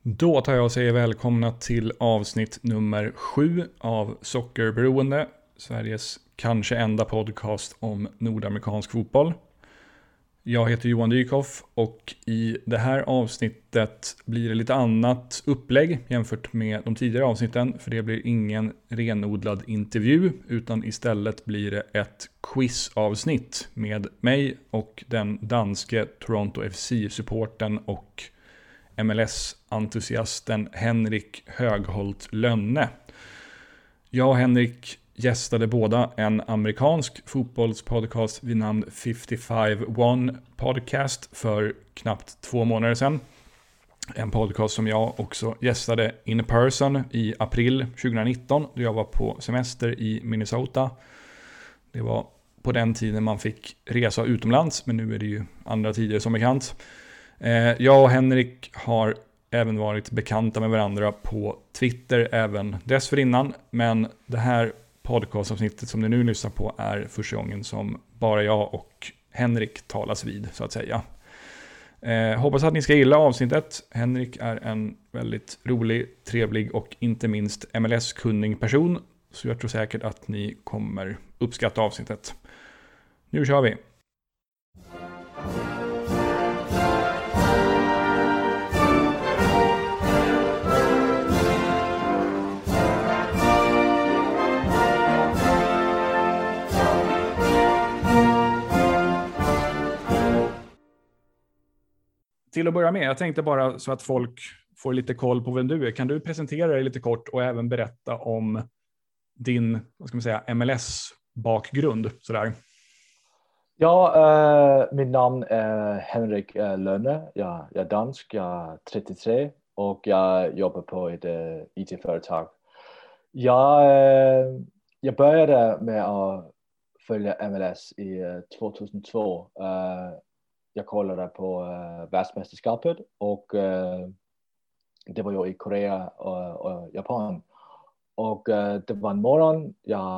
Då tar jag och säger välkomna till avsnitt nummer 7 av Sockerberoende, Sveriges kanske enda podcast om nordamerikansk fotboll. Jag heter Johan Dykhoff och i det här avsnittet blir det lite annat upplägg jämfört med de tidigare avsnitten, för det blir ingen renodlad intervju utan istället blir det ett quizavsnitt med mig och den danske Toronto FC-supporten och MLS-entusiasten Henrik Högholt Lönne. Jag och Henrik gästade båda en amerikansk fotbollspodcast vid namn 55-1 Podcast för knappt 2 månader sedan. En podcast som jag också gästade in person i april 2019 då jag var på semester i Minnesota. Det var på den tiden man fick resa utomlands, men nu är det ju andra tider som bekant. Jag och Henrik har även varit bekanta med varandra på Twitter även dessförinnan, men det här podcastavsnittet som ni nu lyssnar på är första gången som bara jag och Henrik talas vid, så att säga. Hoppas att ni ska gilla avsnittet. Henrik är en väldigt rolig, trevlig och inte minst MLS-kunnig person, så jag tror säkert att ni kommer uppskatta avsnittet. Nu kör vi! Till att börja med, jag tänkte bara så att folk får lite koll på vem du är. Kan du presentera dig lite kort och även berätta om din, vad ska man säga, MLS-bakgrund sådär? Ja, mitt namn är Henrik Lönne. Jag är dansk, jag är 33 och jag jobbar på ett IT-företag. Jag började med att följa MLS i 2002. Jag kollade på världsmästerskapet och det var ju i Korea och Japan. Och det var en morgon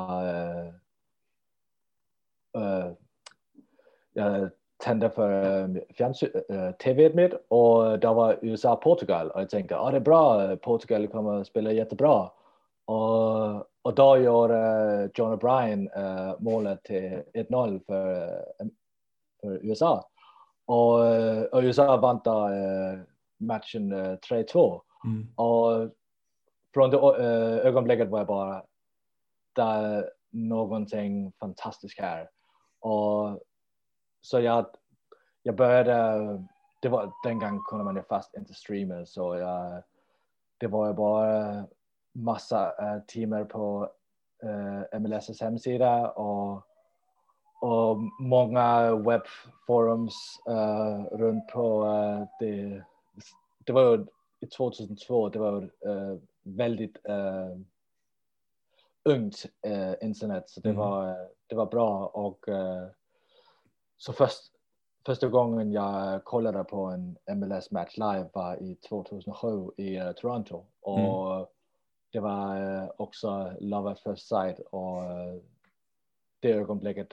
jag tände för tv med och det var USA-Portugal och jag tänkte det är bra, Portugal kommer att spela jättebra. Och då gjorde John O'Brien målet till 1-0 för USA. Och USA vann matchen 3-2. Och från det ögonblicket var jag bara, det är någonting fantastiskt här. Och så jag började, det var den gången kunde man ju fast inte streama, så det var ju bara massa timmar på MLS hemsida och många webbforums runt på det var i 2002, det var väldigt ungt internet, så det var bra. Och så första gången jag kollade på en MLS match live var i 2007 i Toronto, och det var också Love at First Sight, och det ögonblicket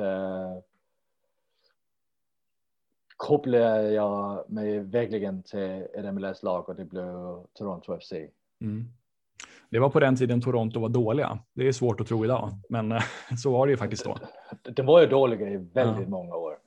kopplade jag mig verkligen till ett MLS-lag och det blev Toronto FC. Det var på den tiden Toronto var dåliga. Det är svårt att tro idag, men så var det ju faktiskt då. Det var ju dåliga i väldigt många år.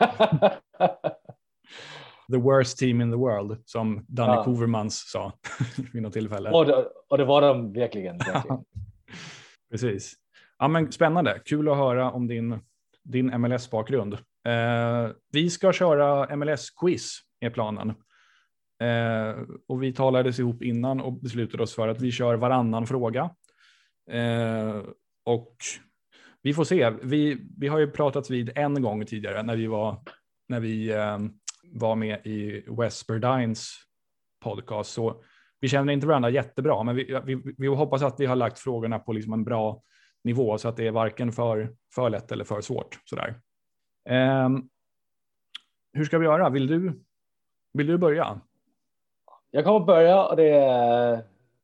The worst team in the world, som Danny Kovermans sa vid något tillfälle. Och det var de verkligen. Precis. Ja, men spännande. Kul att höra om din MLS-bakgrund. Vi ska köra MLS-quiz är planen. Och vi talades ihop innan och beslutade oss för att vi kör varannan fråga. Och vi får se. Vi har ju pratat vid en gång tidigare när vi var med i Wes Burdines podcast. Så vi känner inte varandra jättebra, men vi hoppas att vi har lagt frågorna på liksom en bra nivå så att det är varken för lätt eller för svårt. Sådär. Hur ska vi göra? Vill du börja? Jag kommer börja, och det är...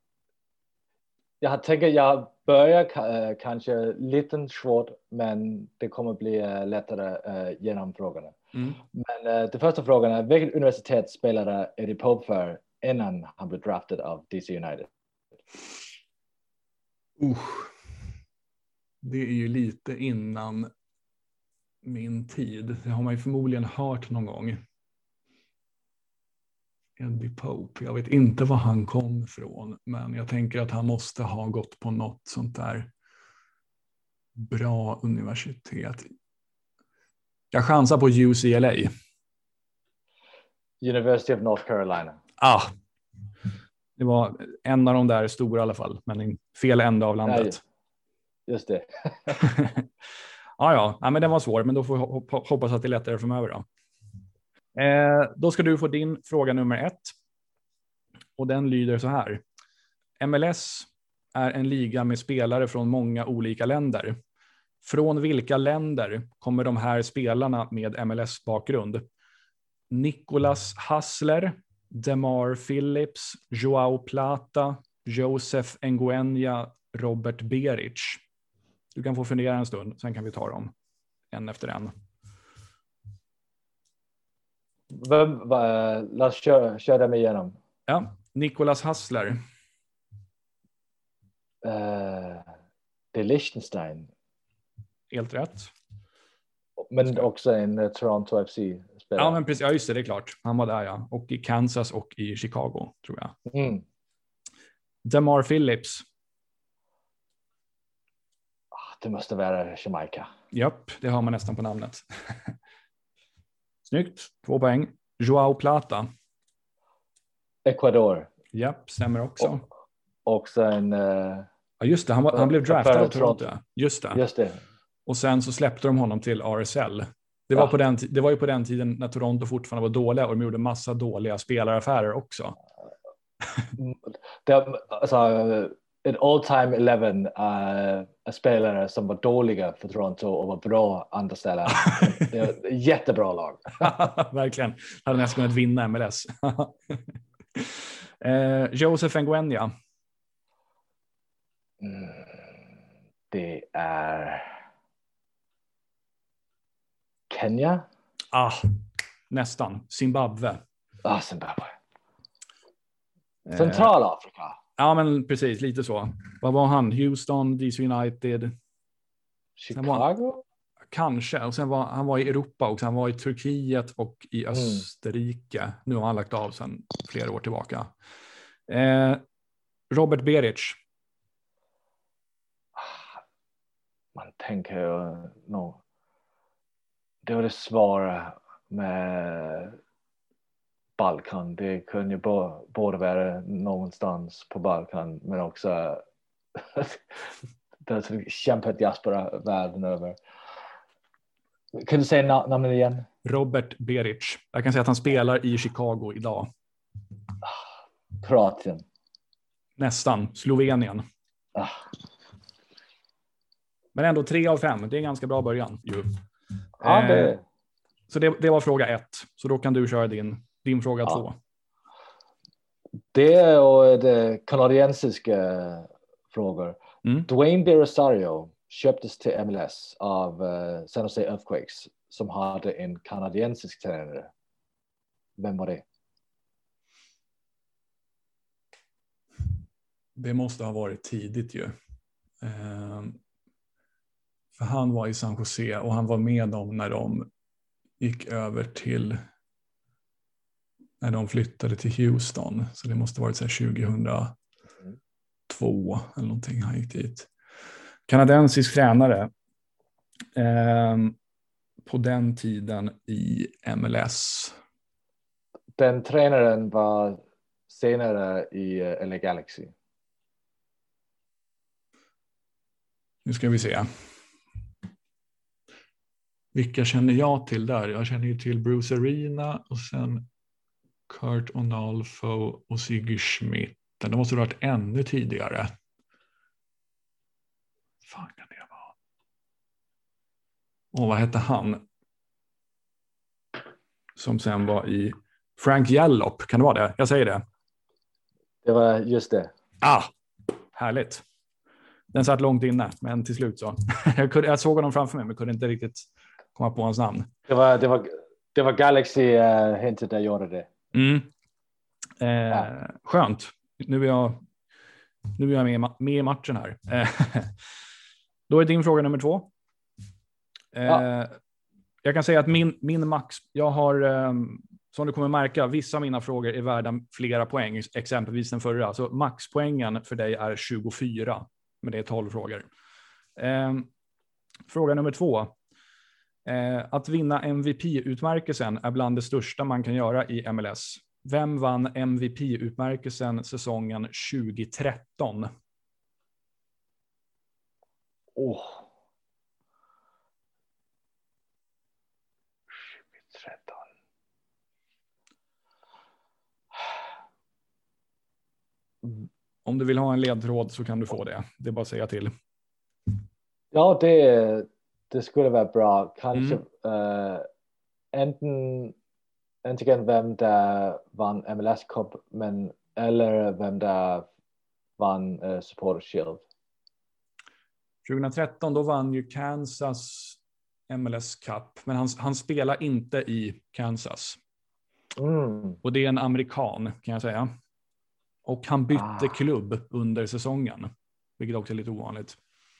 Jag tänker jag börjar kanske lite svårt, men det kommer bli lättare genom frågorna. Men det första frågan är, vilket universitet spelade Eddie Pope för innan han blev draftad av DC United? Det är ju lite innan min tid. Det har man ju förmodligen hört någon gång. Eddie Pope. Jag vet inte var han kom från. Men jag tänker att han måste ha gått på något sånt där bra universitet. Jag chansar på UCLA. University of North Carolina. Det var en av de där stora i alla fall. Men i fel ände av landet. Just det. Ja, men den var svår. Men då får vi hoppas att det är lättare framöver då. Då ska du få din fråga nummer 1. Och den lyder så här. MLS är en liga med spelare från många olika länder. Från vilka länder kommer de här spelarna med MLS-bakgrund? Nicolas Hassler, Demar Phillips, Joao Plata, Joseph Nguyen, Robert Beric. Du kan få fundera en stund, sen kan vi ta dem en efter en. Låt oss köra dem igenom. Ja, Nicolas Hassler. Det är Liechtenstein. Helt rätt. Men också en Toronto FC-spelare. Ja, men precis. Ja, just det är klart. Han var där, ja. Och i Kansas och i Chicago, tror jag. Demar Phillips. Det måste vara Jamaica. Japp, det har man nästan på namnet. Snyggt. 2 poäng. Joao Plata. Ecuador. Japp, stämmer också. Också en... Ja, just det. Han blev draftad av Toronto. Just det. Och sen så släppte de honom till RSL. Det var ju på den tiden när Toronto fortfarande var dåliga och de gjorde massa dåliga spelaraffärer också. En all-time 11 spelare som var dåliga för Toronto och var bra andra ställen. Jättebra lag. Verkligen. Hade nästan kunnat vinna MLS. Joseph Nguyen. Det är Kenya. Nästan. Zimbabwe. Zimbabwe. Centralafrika. Ja, men precis. Lite så. Vad var han? Houston, DC United. Chicago? Kanske. Och sen han var i Europa också. Han var i Turkiet och i Österrike. Nu har han lagt av sedan flera år tillbaka. Robert Beric. Man tänker det var det svåra med Balkan. Det kunde ju både vara någonstans på Balkan men också det är kämpat diaspora världen över. Kan du säga namnet igen? Robert Beric. Jag kan säga att han spelar i Chicago idag. Kroatien. Nästan. Slovenien. Men ändå 3 av 5. Det är en ganska bra början. Så det var fråga 1. Så då kan du köra din fråga 2. Det är det kanadensiska frågor. Dwayne De Rosario köptes till MLS av San Jose Earthquakes som hade en kanadensisk tränare. Vem var det? Det måste ha varit tidigt ju. För han var i San Jose och han var med dem när de gick över till när de flyttade till Houston. Så det måste ha varit så här 2002 eller någonting han gick dit. Kanadensisk tränare på den tiden i MLS. Den tränaren var senare i LA Galaxy. Nu ska vi se. Vilka känner jag till där? Jag känner ju till Bruce Arena och sen Kurt Onalfo och Siggy Schmidt. Det måste ha varit ännu tidigare. Fan kan det vara? Vad hette han? Som sen var i Frank Yallop. Kan det vara det? Jag säger det. Det var just det. Härligt. Den satt långt inne, men till slut så. Jag såg honom framför mig, men kunde inte riktigt komma på hans namn. Det var Galaxy hintet där gjorde det. Skönt. Nu är jag med i matchen här. Då är din fråga nummer 2. Jag kan säga att min max, jag har, som du kommer märka, vissa av mina frågor är värda flera poäng, exempelvis den förra. Så maxpoängen för dig är 24, men det är 12 frågor. Fråga nummer 2. Att vinna MVP-utmärkelsen är bland det största man kan göra i MLS. Vem vann MVP-utmärkelsen säsongen 2013? Oh. 2013. Om du vill ha en ledtråd så kan du få det. Det är bara att säga till. Ja, det skulle vara bra. Kanske antingen vem där vann MLS Cup, eller vem där vann Supporters Shield. 2013 då vann ju Kansas MLS Cup, men han spelar inte i Kansas. Och det är en amerikan, kan jag säga. Och han bytte klubb under säsongen, vilket också är lite ovanligt.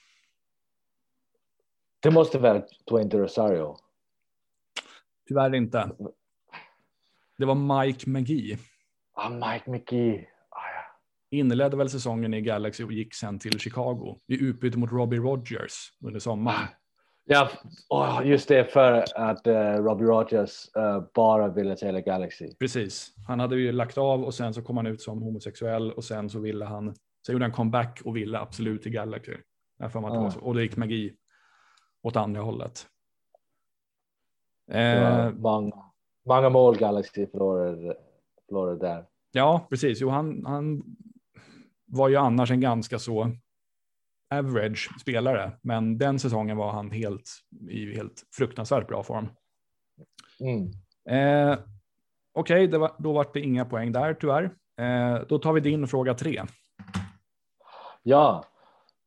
Det måste vara Dwayne De Rosario. Tyvärr inte. Det var Mike McGee. Mike McGee. Inledde väl säsongen i Galaxy och gick sen till Chicago i utbyte mot Robbie Rogers under sommaren. Ja, just det, för att Robbie Rogers bara ville till Galaxy. Precis. Han hade ju lagt av och sen så kom han ut som homosexuell och sen så ville han, så gjorde han comeback och ville absolut till Galaxy. Och då gick McGee åt andra hållet. Många mål Galaxy förlorade där. Ja, precis. Jo, han var ju annars en ganska så average spelare, men den säsongen var han i helt fruktansvärt bra form. Okej, då var det inga poäng där tyvärr. Då tar vi din fråga 3. Ja.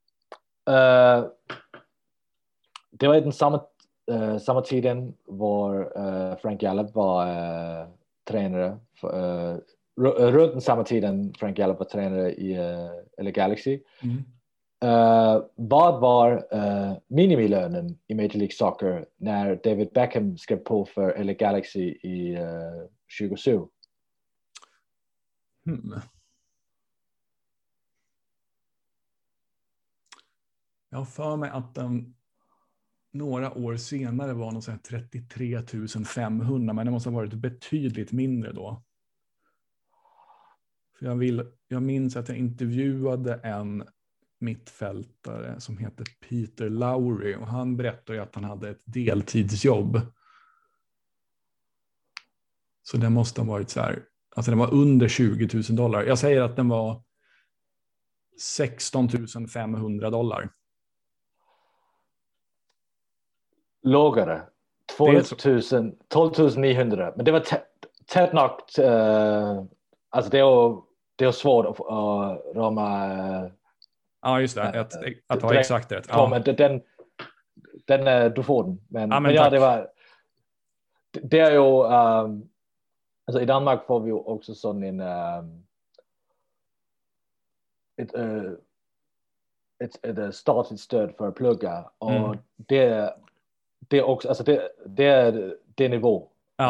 Det var i den samma tiden var Frank Gallup var tränare. Runt den samma tiden Frank Gallup var tränare i LA Galaxy. Vad var minimilönen i Major League Soccer när David Beckham skrev på för LA Galaxy i 2007? Jag har för mig att den några år senare var någon sån här 33 500, men det måste ha varit betydligt mindre då. För jag minns att jag intervjuade en mittfältare som heter Peter Lowry och han berättade att han hade ett deltidsjobb. Så det måste ha varit så här, alltså den var under $20,000. Jag säger att den var $16,500. Lågare. 12,900. Men det var tätt nog. Alltså det är svårt att rama. Ja, just det. Att ha exakt rätt. Ja. Men du får den. Men det är ju alltså i Danmark får vi ju också sån en ett statligt stöd för att plugga och det är också alltså det är nivå. Ja.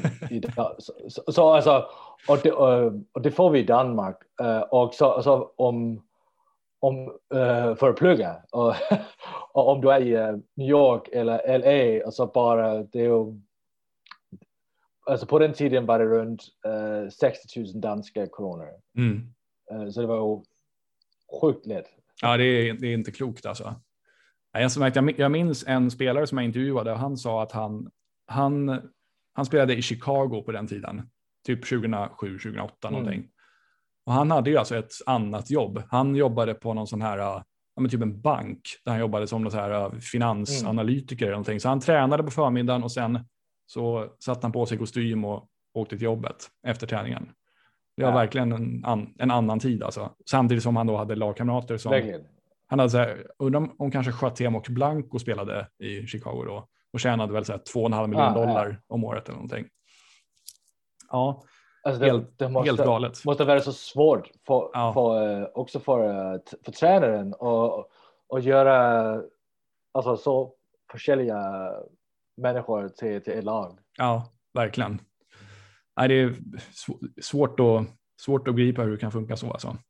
Så alltså och det får vi i Danmark och så alltså om för att plugga och om du är i New York eller LA och så bara det är ju alltså på den tiden var det runt 60,000 danska kronor. Så det var ju sjukt lätt. Ja, det är inte klokt alltså. Jag minns en spelare som jag intervjuade och han sa att han spelade i Chicago på den tiden. Typ 2007, 2008 någonting. Och han hade ju alltså ett annat jobb. Han jobbade på någon sån här, typ en bank. Där han jobbade som någon sån här finansanalytiker eller någonting. Så han tränade på förmiddagen och sen så satte han på sig kostym och åkte till jobbet efter träningen. Det var verkligen en annan tid alltså. Samtidigt som han då hade lagkamrater som... Verkligen. Han hade så här, om kanske Cuauhtémoc Blanco spelade i Chicago då. Och tjänade väl så här $2,5 miljoner om året eller någonting. Ja, Alltså det helt galet. Måste vara så svårt Ja. också för tränaren och göra alltså så olika människor till ett lag. Ja, verkligen. Nej, det är svårt att gripa hur det kan funka så. Alltså.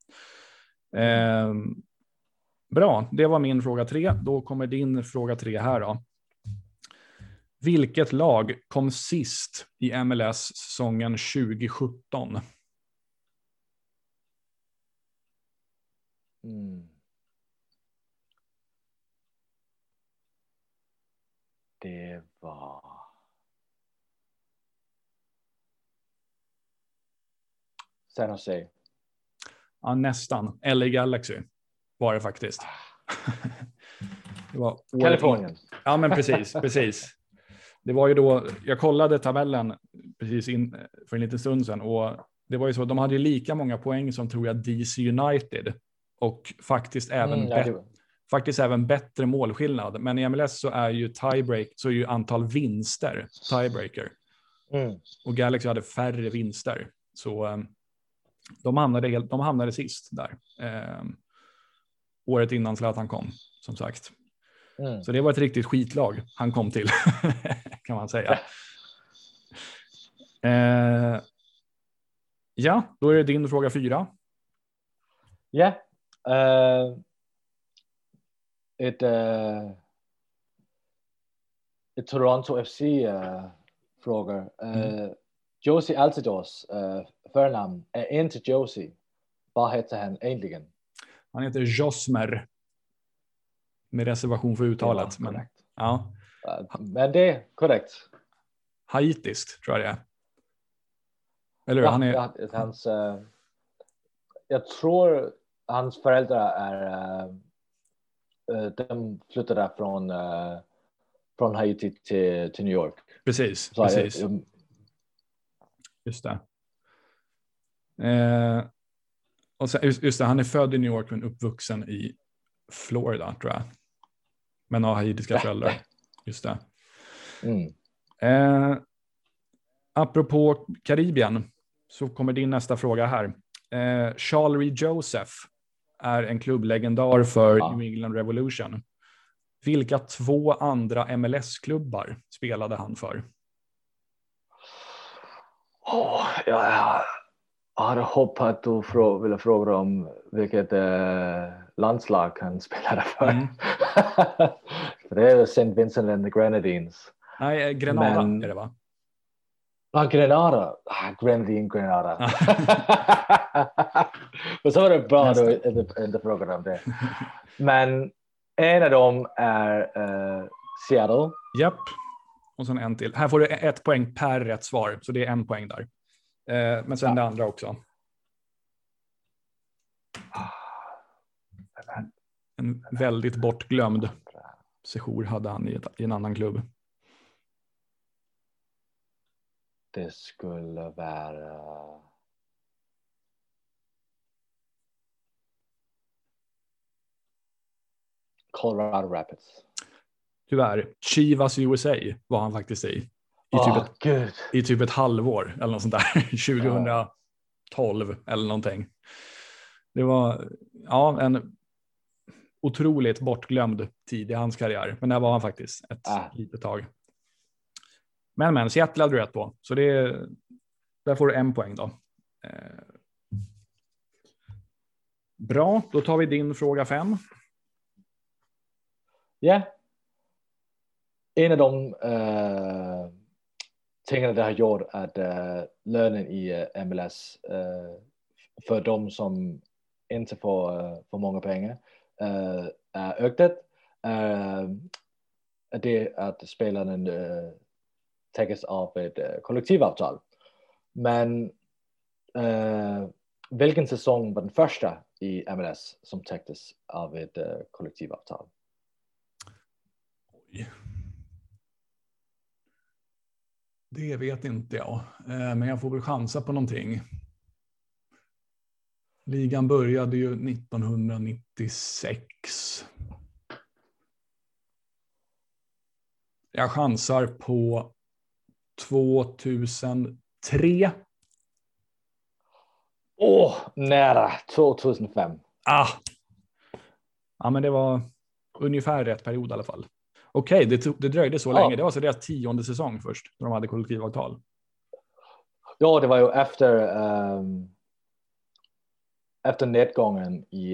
Bra, det var min fråga 3. Då kommer din fråga 3 här då. Vilket lag kom sist i MLS säsongen 2017? Det var San Jose. Ja, nästan. LA Galaxy var det faktiskt. Det var Kalifornien. Ja, men precis. Det var ju då, jag kollade tabellen precis för en liten stund sedan och det var ju så att de hade lika många poäng som tror jag DC United och faktiskt även bättre målskillnad. Men i MLS så är ju antal vinster tiebreaker. Och Galaxy hade färre vinster. Så de hamnade sist där. Året innan Zlatan kom, som sagt. Så det var ett riktigt skitlag han kom till, kan man säga. Ja, då är det din fråga 4. Ja. Ett Toronto FC fråga. Josie Altidors förnamn är inte Josie. Vad heter han egentligen? Han heter Josmer. Med reservation för uttalet. Men, ja. Men det är korrekt. Haitiskt, tror jag det är. Eller ja, han är... jag tror hans föräldrar är... de flyttade från Haiti till New York. Precis. Just det. Och sen, just det, han är född i New York men uppvuxen i Florida, tror jag. Men har haitiska föräldrar. Just det. Apropå Karibien så kommer din nästa fråga här. Charlie Joseph är en klubblegendar för New England Revolution. Vilka 2 andra MLS-klubbar spelade han för? Jag hade hoppat att du ville fråga om vilket landslag han spelade för. För det är St. Vincent and the Grenadines. Nej, Grenada är det, va? Grenada. Grenada. Och så var det bra då inte frågan om det. Men en av dem är Seattle. Japp. Och sen en till. Här får du 1 poäng per rätt svar. Så det är 1 poäng där. Men sen det andra också. En väldigt bortglömd sejour hade han i en annan klubb. Det skulle vara... Colorado Rapids. Tyvärr. Chivas USA var han faktiskt i. I typ ett halvår eller något sånt där. 2012 eller någonting. Det var en otroligt bortglömd tid i hans karriär. Men där var han faktiskt ett litet tag. Men Seattle hade du rätt på. Så där får du 1 poäng då. Bra, då tar vi din fråga 5. Ja. En av de tingene det har gjort att lönen i MLS för de som inte får för många pengar är ökat. Det att spelaren täcks av ett kollektivavtal. Men vilken säsong var den första i MLS som täcktes av ett kollektivavtal? Oj. Det vet inte jag. Men jag får väl chansa på någonting. Ligan började ju 1996. Jag chansar på 2003. Nära 2005. Ja, men det var ungefär rätt period i alla fall. Okej, det dröjde så länge. Det var så deras 10:e säsong först, när de hade kollektivavtal. Ja, det var ju efter nedgången i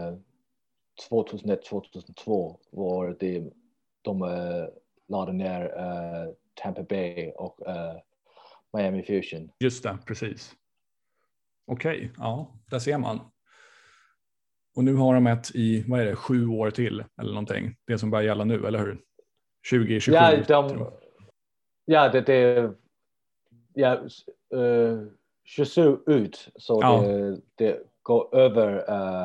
2001-2002 var de lade ner Tampa Bay och Miami Fusion. Just det, precis. Okej, ja, där ser man. Och nu har de ett i, 7 år till eller någonting. Det som börjar gälla nu, eller hur? 2027. Ja, 27 ut. Så det går över.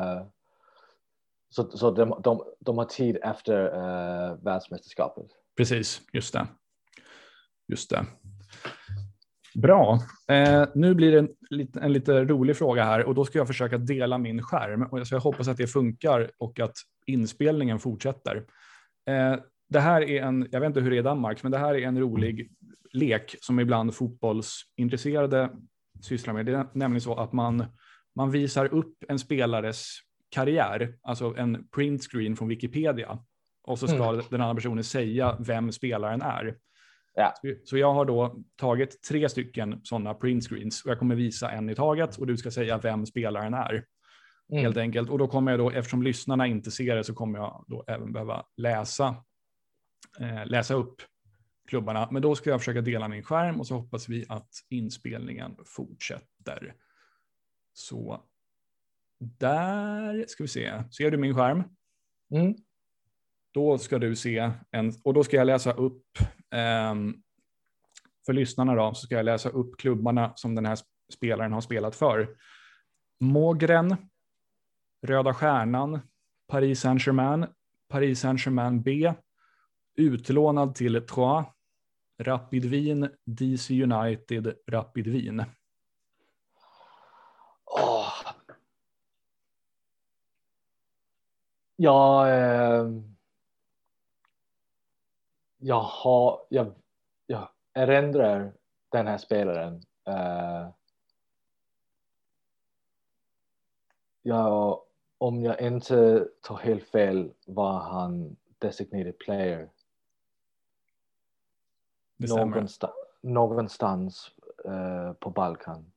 Så de har tid efter världsmästerskapet. Precis, just det. Bra. Nu blir det en lite rolig fråga här, och då ska jag försöka dela min skärm. Och så jag hoppas att det funkar och att inspelningen fortsätter. Det här är jag vet inte hur det är i Danmark, men det här är en rolig lek som ibland fotbollsintresserade sysslar med. Det är nämligen så att man visar upp en spelares karriär, alltså en printscreen från Wikipedia. Och så ska den andra personen säga vem spelaren är. Ja. Så jag har då tagit 3 stycken sådana printscreens och jag kommer visa en i taget och du ska säga vem spelaren är. Helt enkelt. Och då kommer jag då, eftersom lyssnarna inte ser det, så kommer jag då även behöva läsa upp klubbarna. Men då ska jag försöka dela min skärm och så hoppas vi att inspelningen fortsätter. Så där ska vi se. Ser du min skärm? Då ska du se och då ska jag läsa upp för lyssnarna då, så ska jag läsa upp klubbarna som den här spelaren har spelat för. Mogren, Röda Stjärnan, Paris Saint-Germain B, utlånad till Troyes, Rapid Wien, DC United, Rapid Wien. Jag erindrar den här spelaren. Om jag inte tar helt fel var han designated player. Någonstans på Balkan.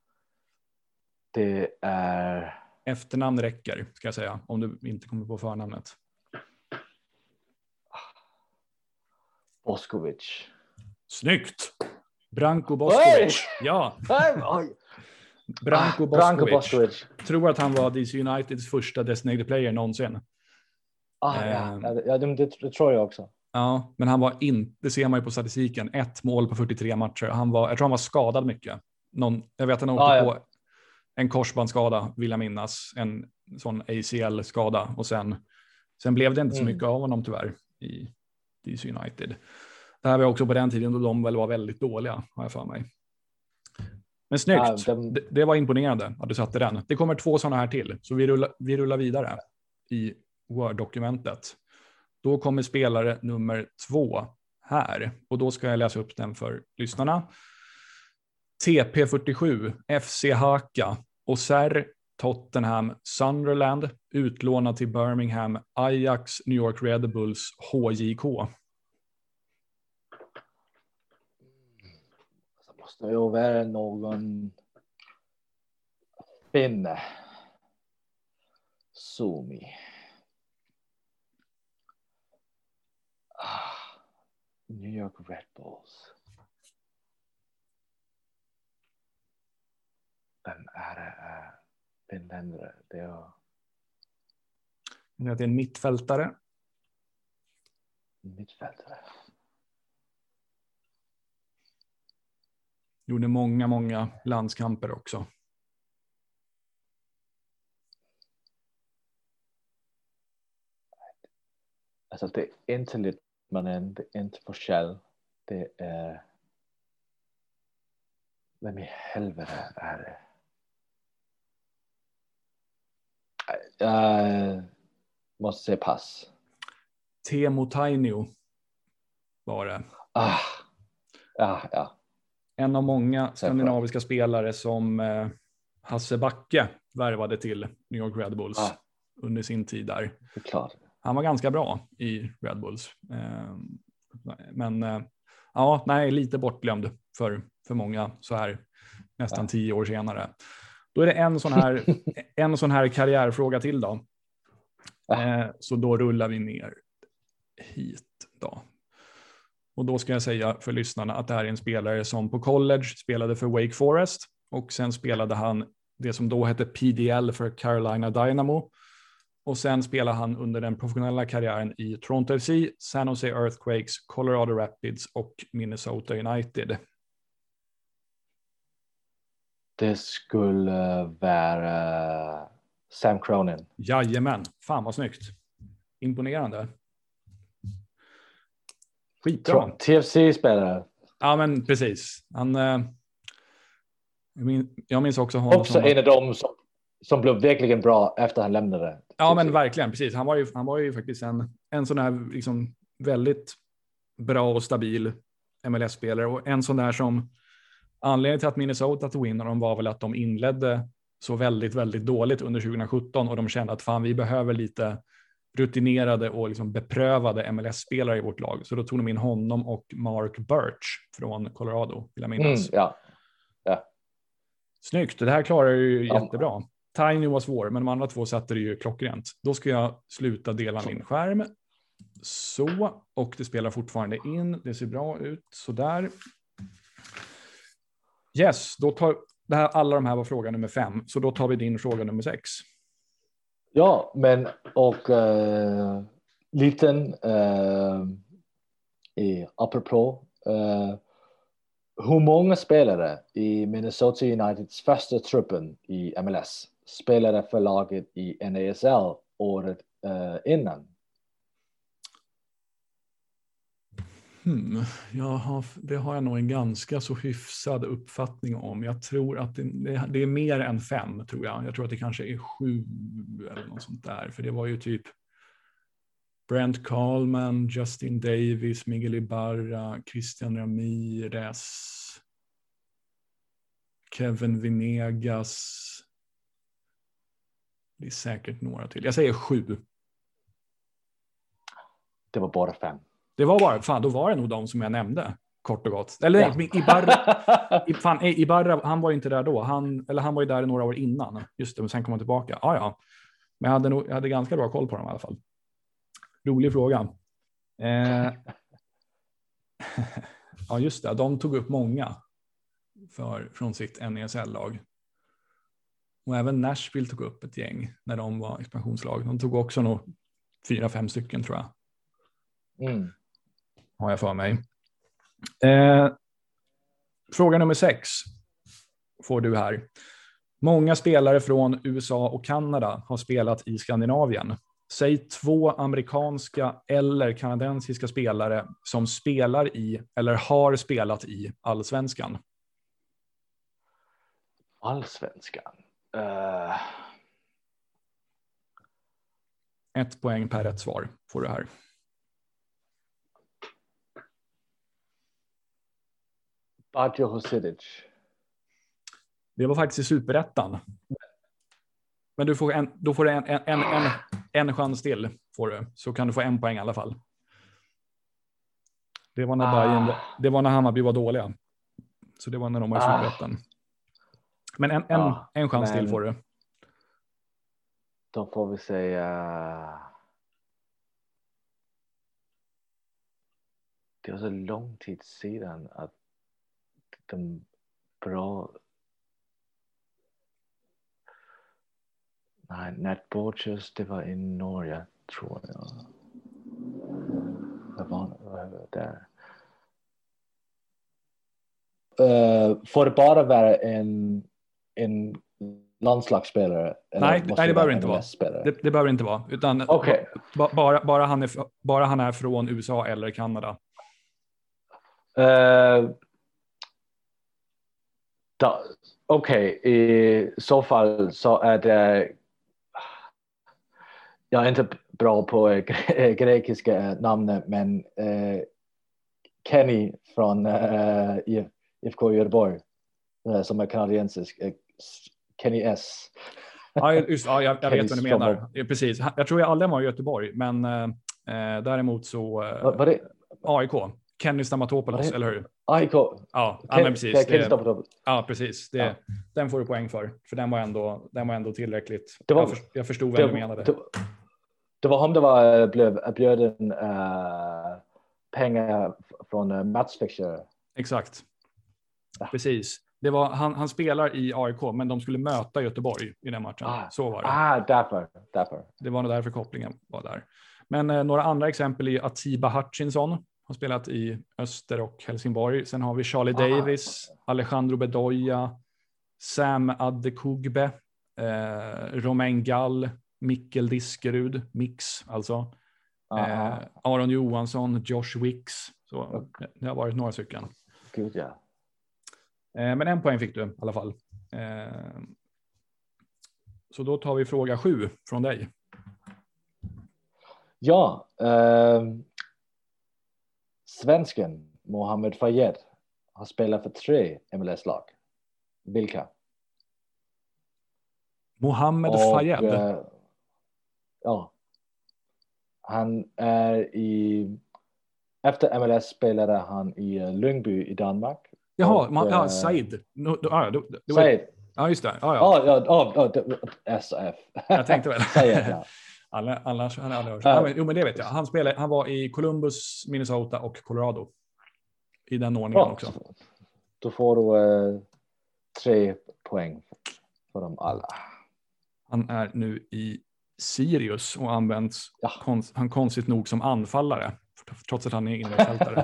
Det är... Efternamn räcker, ska jag säga, om du inte kommer på förnamnet. Boskovic. Snyggt! Branko Boskovic. Ja. Branko Boskovic. Tror att han var DC Uniteds första designated player någonsin. Det tror jag också. Ja, men han var det ser man ju på statistiken, 1 mål på 43 matcher. Jag tror han var skadad mycket. Jag vet att han åkte på en korsbandsskada, vill jag minnas. En sån ACL-skada. Och sen blev det inte så mycket av honom tyvärr i DC United. Det här var också på den tiden då de väl var väldigt dåliga, har jag för mig. Men snyggt. Det var imponerande att du satte den. Det kommer 2 sådana här till. Så vi rullar vidare i Word-dokumentet. Då kommer spelare nummer 2 här. Och då ska jag läsa upp den för lyssnarna. TP47, FC Haka, Auxerre, Tottenham, Sunderland, utlånad till Birmingham, Ajax, New York Red Bulls, HJK. Det måste ju vara någon finne. Suomi. New York Red Bulls. Vem är det? Finländare. Det är en mittfältare. Gjorde många landskamper också. Alltså det är inte Litmanen, det är inte Forsell. Det är... Vem i helvete är det? Jag måste säga pass. Teemu Tainio var det. Ja. En av många skandinaviska spelare som Hasse Backe värvade till New York Red Bulls under sin tid där. Det är klart. Han var ganska bra i Red Bulls. Men ja, nej, lite bortglömd för många så här nästan 10 år senare. Då är det en sån här karriärfråga till då. Så då rullar vi ner hit då. Och då ska jag säga för lyssnarna att det här är en spelare som på college spelade för Wake Forest. Och sen spelade han det som då hette PDL för Carolina Dynamo. Och sen spelade han under den professionella karriären i Toronto FC, San Jose Earthquakes, Colorado Rapids och Minnesota United. Det skulle vara Sam Cronin. Jajamän, fan vad snyggt. Imponerande. Skitbra. TFC-spelare. Ja, men precis. Jag minns också honom. Också en av dem som blev verkligen bra efter han lämnade. Ja, men verkligen, precis. Han var ju faktiskt en sån här liksom väldigt bra och stabil MLS-spelare. Och en sån där som anledningen till att Minnesota tog in honom var väl att de inledde så väldigt, väldigt dåligt under 2017 och de kände att fan, vi behöver lite rutinerade och liksom beprövade MLS-spelare i vårt lag. Så då tog de in honom och Mark Birch från Colorado, vill jag minnas. Ja. Snyggt, det här klarar ju jättebra. Tiny var svår, men de andra två satte det ju klockrent. Då ska jag sluta dela min skärm. Så, och det spelar fortfarande in. Det ser bra ut, sådär. Yes, då tar alla de här var fråga nummer 5. Så då tar vi din fråga nummer 6. Ja, men och liten apropå hur många spelare i Minnesota Uniteds första truppen i MLS spelade för laget i NASL året innan? Det har jag nog en ganska så hyfsad uppfattning om. Jag tror att det är mer än 5, tror jag. Jag tror att det kanske är 7 eller något sånt där. För det var ju typ Brent Kallman, Justin Davis, Miguel Ibarra, Christian Ramirez, Kevin Venegas. Det är säkert några till. Jag säger 7. Det var bara 5. Det var bara, fan, då var det nog de som jag nämnde, kort och gott. Eller nej, Ibarra, han var ju inte där då. Han var ju där några år innan. Just det, men sen kom han tillbaka. Ja. Men jag hade ganska bra koll på dem i alla fall. Rolig fråga. Ja, just det. De tog upp många från sitt NESL-lag. Och även Nashville tog upp ett gäng när de var expansionslag. De tog också nog 4-5 stycken, tror jag. Har jag för mig. Fråga nummer 6 får du här. Många spelare från USA och Kanada har spelat i Skandinavien. Säg 2 amerikanska eller kanadensiska spelare som spelar i eller har spelat i Allsvenskan. Allsvenskan? 1 poäng per rätt svar får du här. Badjo Hosidic. Det var faktiskt i Superettan. Men då får du en chans till, får du. Så kan du få 1 poäng i alla fall. Det var när Hammarby var dåliga. Så det var när de var i Superettan. Men en chans till får du. Då får vi säga... Det var så lång tid sedan att de bra... Nej, Nat Borges, det var i Norge, tror jag. Det var där. Får det bara vara en landslagsspelare? Nej, det behöver inte vara. Det behöver inte vara. Utan bara han är från USA eller Kanada. I så fall så är det... Jag är inte bra på grekiska namn, men Kenny från IFK Göteborg som är kanadensisk, Kenny S. Ja, just, ja, jag vet vad du menar. Ström. Ja, precis. Jag tror jag aldrig var i Göteborg, men däremot så Var det? AIK. Kenny Stamatopoulos, eller hur? AIK. Ja, men precis. Kenny Stamatopoulos. Ja, precis. Den får du poäng för den var ändå tillräckligt. Jag förstod vad du menade. Det var han det var bjöden pengar från Match Fixture. Exakt. Precis. Det var, han spelar i AIK, men de skulle möta Göteborg i den matchen. Så var det. Därför. Det var nog därför kopplingen var där. Men några andra exempel är Atiba Hutchinson. Har spelat i Öster och Helsingborg. Sen har vi Charlie Davis, Alejandro Bedoya, Sam Adekugbe, Romain Gall, Mikkel Diskerud, Mix alltså. Aron Johansson, Josh Wicks. Så det har varit några stycken. Gud, ja. Men en poäng fick du i alla fall. Så då tar vi fråga 7 från dig. Ja, svensken Mohamed Fayed har spelat för 3 MLS-lag. Vilka? Mohamed Fayed? Ja. Han är efter MLS spelade han i Lyngby i Danmark. Jaha, Said. Said. Ja, just det. SF. Jag tänkte väl. Said, ja. Annars han aldrig hört. Men det vet jag. Han var i Columbus, Minnesota och Colorado. I den ordningen också. Då får du 3 poäng för dem alla. Han är nu i Sirius och används han konstigt nog som anfallare. Trots att han är innerfältare.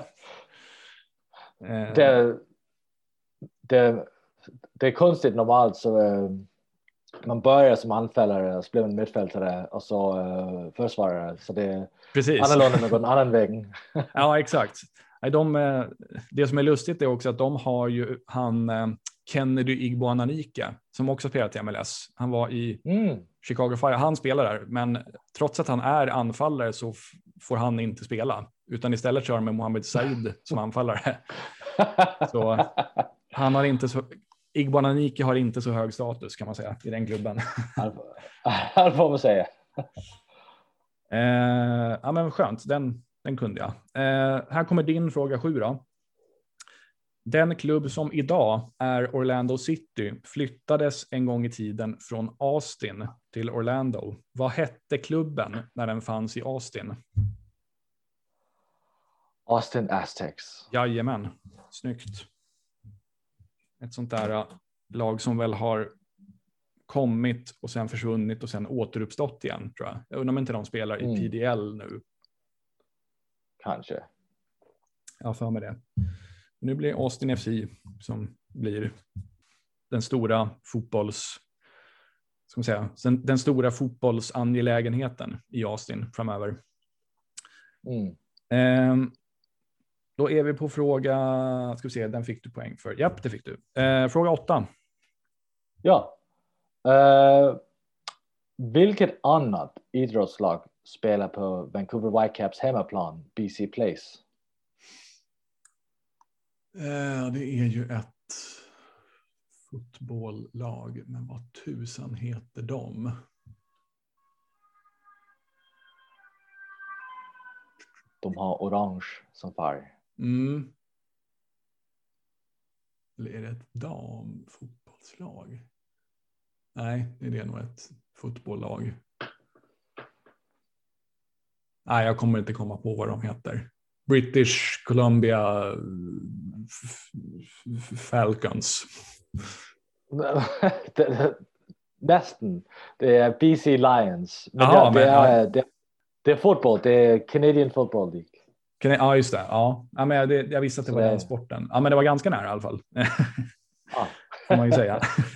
Det är konstigt normalt så man börjar som anfallare och så blir man mittfältare och så försvarare. Så det är annorlunda med en annan väg. Ja, exakt. Det som är lustigt är också att de har ju Kennedy Igboananike som också spelat i MLS. Han var i Chicago Fire. Han spelar där, men trots att han är anfallare så får han inte spela. Utan istället kör med Mohamed Said som anfallare. Så han har inte så... Igboananike har inte så hög status kan man säga i den klubben. Han får man säga. Ja men skönt, den kunde jag. Här kommer din fråga 7 då. Den klubb som idag är Orlando City flyttades en gång i tiden från Austin till Orlando. Vad hette klubben när den fanns i Austin? Austin Aztecs. Jajamän, snyggt. Ett sånt där lag som väl har kommit och sen försvunnit och sen återuppstått igen, tror jag. Jag undrar om inte de spelar i PDL nu. Kanske. Ja, för mig det. Nu blir Austin FC som blir den stora den stora fotbollsangelägenheten i Austin framöver. Då är vi på fråga, ska vi se, den fick du poäng för. Japp, det fick du. Fråga 8. Ja. Vilket annat idrottslag spelar på Vancouver Whitecaps hemmaplan, BC Place? Det är ju ett fotbollslag, men vad tusan heter de? De har orange som färg. Eller är det ett damfotbollslag? Nej, det är nog ett fotbollslag. Nej, jag kommer inte komma på vad de heter. British Columbia Falcons. Nästan. Det är BC Lions. Men det är fotboll. Det är Canadian Football League. Ja, just det. Ja, men jag visste att det var den sporten. Ja, men det var ganska nära i alla fall. Får man ju säga.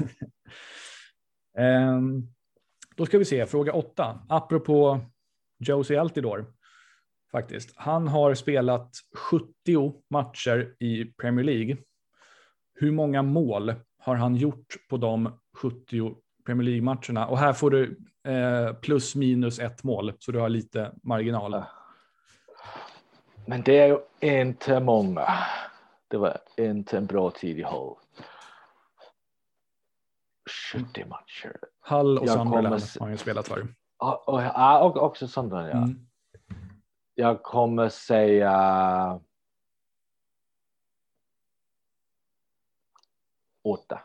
Då ska vi se, fråga 8. Apropå Josie Altidore. Faktiskt. Han har spelat 70 matcher i Premier League. Hur många mål har han gjort på de 70 Premier League-matcherna? Och här får du plus minus 1 mål, så du har lite marginal. Men det är ju inte många. Det var inte en bra tid i håll. 70 matcher. Hull och Sunderland har ju spelat för. Och också Sunderland, ja. Jag kommer säga 8.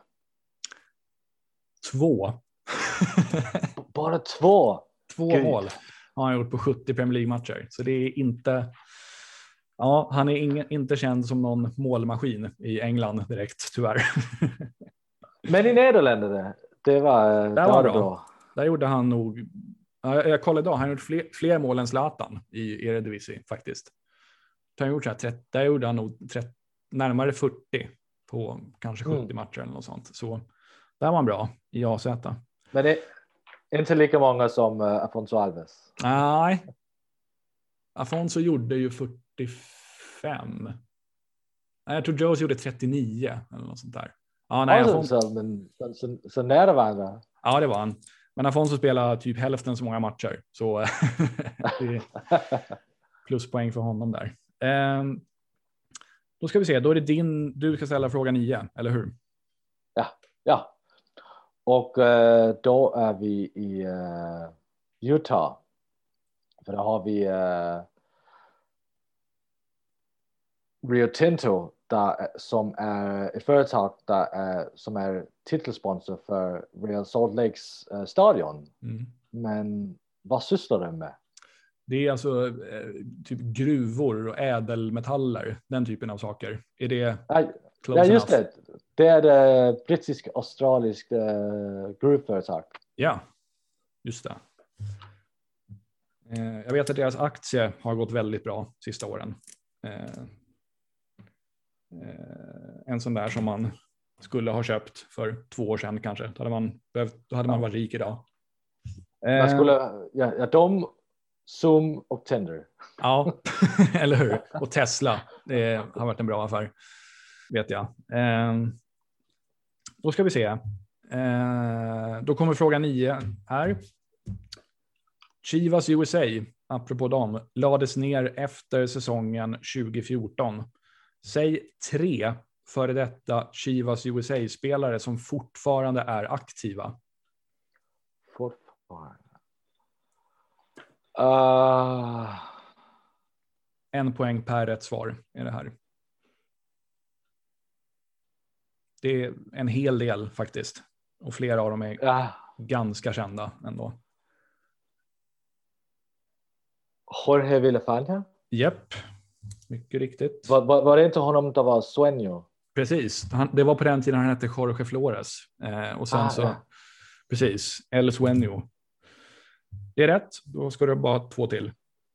2. Bara 2? 2 mål har han gjort på 70 Premier League-matcher. Så det är inte... Ja, han är inte känd som någon målmaskin i England direkt, tyvärr. Men i Nederländerna, det var bra. Där gjorde han nog... Jag kollade idag, han har gjort fler mål än Zlatan i Eredivisie faktiskt. Där gjorde han nog närmare 40 på kanske 70 matcher eller något sånt. Så där var han bra i AZ. Men det är inte lika många som Afonso Alves. Nej. Afonso gjorde ju 45. Nej, jag tror Jones gjorde 39 eller något sånt där. Ja, nej, så nära varandra. Ja, det var han. Men Afonso spelar typ hälften så många matcher. Så det är pluspoäng för honom där. Då ska vi se. Då är det du ska ställa fråga 9, eller hur? Ja. Och då är vi i Utah. För då har vi Rio Tinto som är ett företag som är titelsponsor för Real Salt Lakes stadion. Men vad sysslar de med? Det är alltså typ gruvor och ädelmetaller, den typen av saker. Är det ja, just det. Det är det brittisk-australiska gruvföretag. Ja, just det. Jag vet att deras aktie har gått väldigt bra sista åren. En sån där som man skulle ha köpt för 2 år sedan kanske. Då hade man varit rik idag. Man skulle, de, Zoom och Tinder. Ja, eller hur? Och Tesla. Det har varit en bra affär, vet jag. Då ska vi se. Då kommer fråga 9 här. Chivas USA, apropå dem, lades ner efter säsongen 2014. Säg 3 före detta Chivas USA-spelare som fortfarande är aktiva. En poäng per rätt svar är det här. Det är en hel del faktiskt. Och flera av dem är ganska kända ändå. Jorge Villafaña? Japp, mycket riktigt. Var det inte honom det var Sueño? Precis, det var på den tiden han hette Jorge Flores. Och sen precis, El Sueño. Det är rätt, då ska du bara ha 2 till.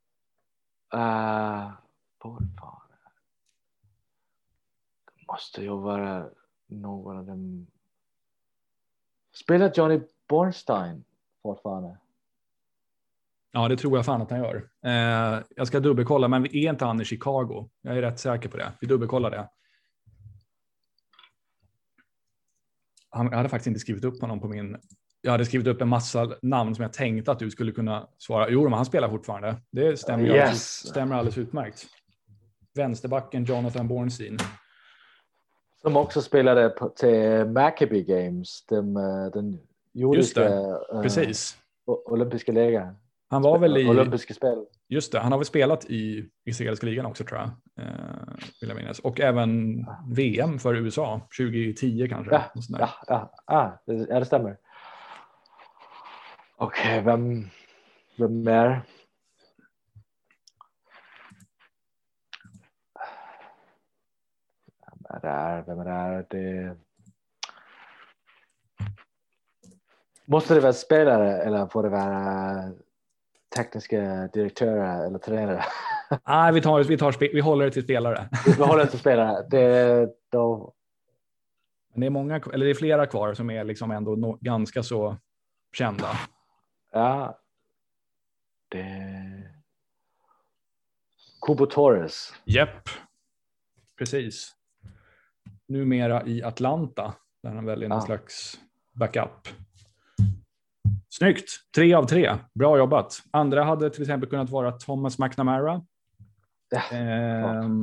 Det måste ju vara någon av dem. Spelar Johnny Bornstein fortfarande? Ja, det tror jag fan att han gör. Jag ska dubbelkolla, men vi är inte han i Chicago. Jag är rätt säker på det. Vi dubbelkollar det. Jag hade faktiskt inte skrivit upp honom på min... Jag hade skrivit upp en massa namn som jag tänkte att du skulle kunna svara. Jo, men han spelar fortfarande. Det stämmer, stämmer alldeles utmärkt. Vänsterbacken Jonathan Bornstein. Som också spelade till Maccabi Games. Den jordiska precis. Olympiska ligan. Han var väl i olympiska spel. Just det, han har väl spelat i israeliska ligan också, tror jag. Vill jag minnas. Och även VM för USA 2010 kanske. Det stämmer. Okej, vem är? Vem är det? Måste det vara spelare eller får det vara tekniska direktörer eller tränare? Nej, vi håller det till spelare. Vi håller det till spelare. Det är flera kvar som är liksom ändå ganska så kända. Ja. Cubo Torres. Japp. Precis. Numera i Atlanta där han väljer någon slags backup. Snyggt. 3 av 3. Bra jobbat. Andra hade till exempel kunnat vara Thomas McNamara.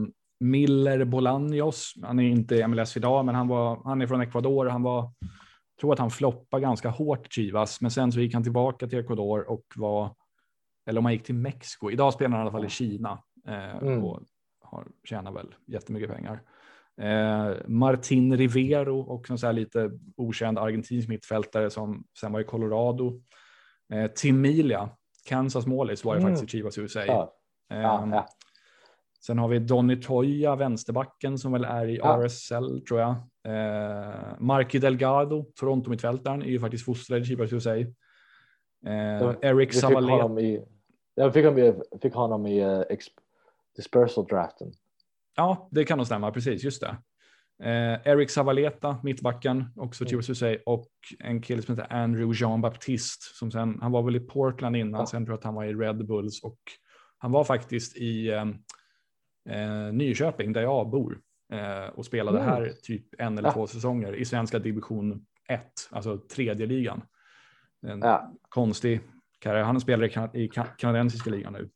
Miller Bolaños. Han är inte MLS idag, men han är från Ecuador. Han var tror att han floppade ganska hårt i Chivas, men sen så gick han tillbaka till Ecuador och eller om han gick till Mexiko. Idag spelar han i alla fall i Kina och tjänar väl jättemycket pengar. Martin Rivero, och så här lite okänd argentinsk mittfältare som sen var i Colorado. Tim Melia, Kansas målis, var ju faktiskt i Chivas USA. Sen har vi Donny Toya, vänsterbacken, som väl är i RSL, tror jag. Marky Delgado, Toronto-mittfältaren, är ju faktiskt fostrad i Chivas USA. Eric Zavaleta. Jag fick honom i dispersal-draften. Ja, det kan nog stämma, precis, just det. Eric Zavaleta, mittbacken, också Chivas USA, och en kille som heter Andrew Jean-Baptiste, som sen, han var väl i Portland innan, sen tror jag att han var i Red Bulls, och han var faktiskt i Nyköping, där jag bor, och spelade här typ 1 eller 2 säsonger i svenska division 1, alltså 3:e ligan. En konstig karriär. Han spelar i kanadensiska ligan nu.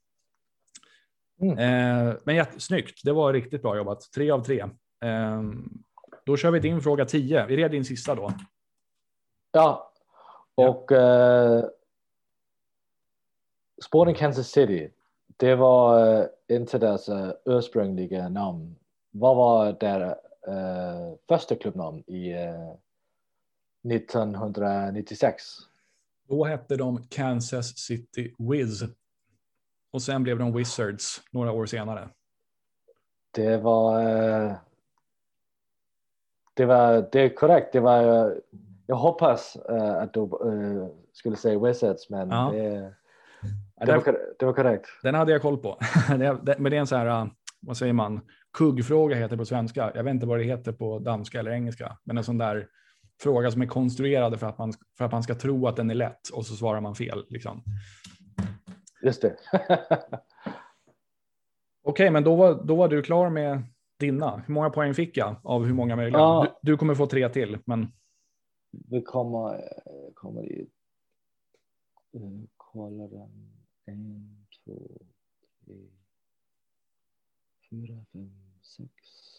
Men snyggt, det var riktigt bra jobbat. 3 av 3. Då kör vi din fråga 10. Är det din sista då? Ja, och Sporting Kansas City, det var inte deras ursprungliga namn. Vad var deras första klubbnamn i 1996? Då hette de Kansas City Wiz. Och sen blev de Wizards några år senare. Det är korrekt. Jag hoppas att du skulle säga Wizards, men det var korrekt. Den hade jag koll på. Men det är en så här, vad säger man? Kuggfråga heter det på svenska. Jag vet inte vad det heter på danska eller engelska. Men en sån där fråga som är konstruerad för att man ska tro att den är lätt, och så svarar man fel. Liksom. Just det. Okej, men då var du klar med dina. Hur många poäng fick jag av hur många möjliga? Du kommer få 3 till, men... Vi kommer i... Kolla den. 1, 2, 3, 4, 5, 6,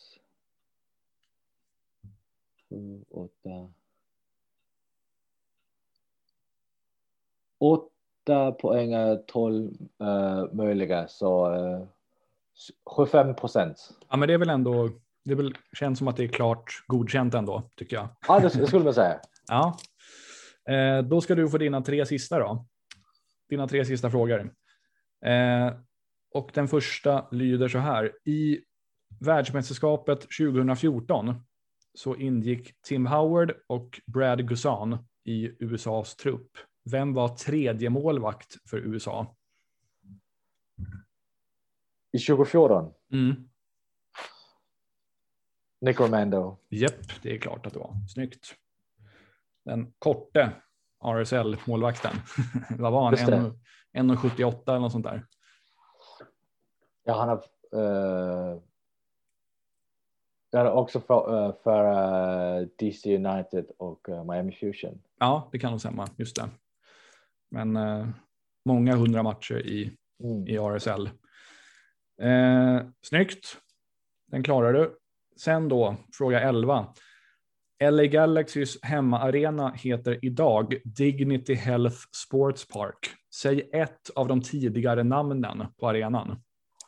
7, 8. 8 poäng, 12 möjliga, så 75%. Ja, men det är väl ändå, känns som att det är klart godkänt ändå, tycker jag. Ja, det skulle man säga. Ja. Då ska du få dina 3 sista då. Dina 3 sista frågor. Och den första lyder så här. I världsmästerskapet 2014 så ingick Tim Howard och Brad Guzan i USAs trupp. Vem var 3:e målvakt för USA? I 2014? Mm. Nick Romando. Japp, det är klart att det var. Snyggt. Den korte RSL-målvakten. Vad var han? 1,78 eller något sånt där? Ja, han har... Jag har också för DC United och Miami Fusion. Ja, det kan nog stämma, just det. Men många 100 matcher i RSL. Snyggt. Den klarar du. Sen då, fråga 11. LA Galaxys hemmaarena heter idag Dignity Health Sports Park. Säg ett av de tidigare namnen på arenan.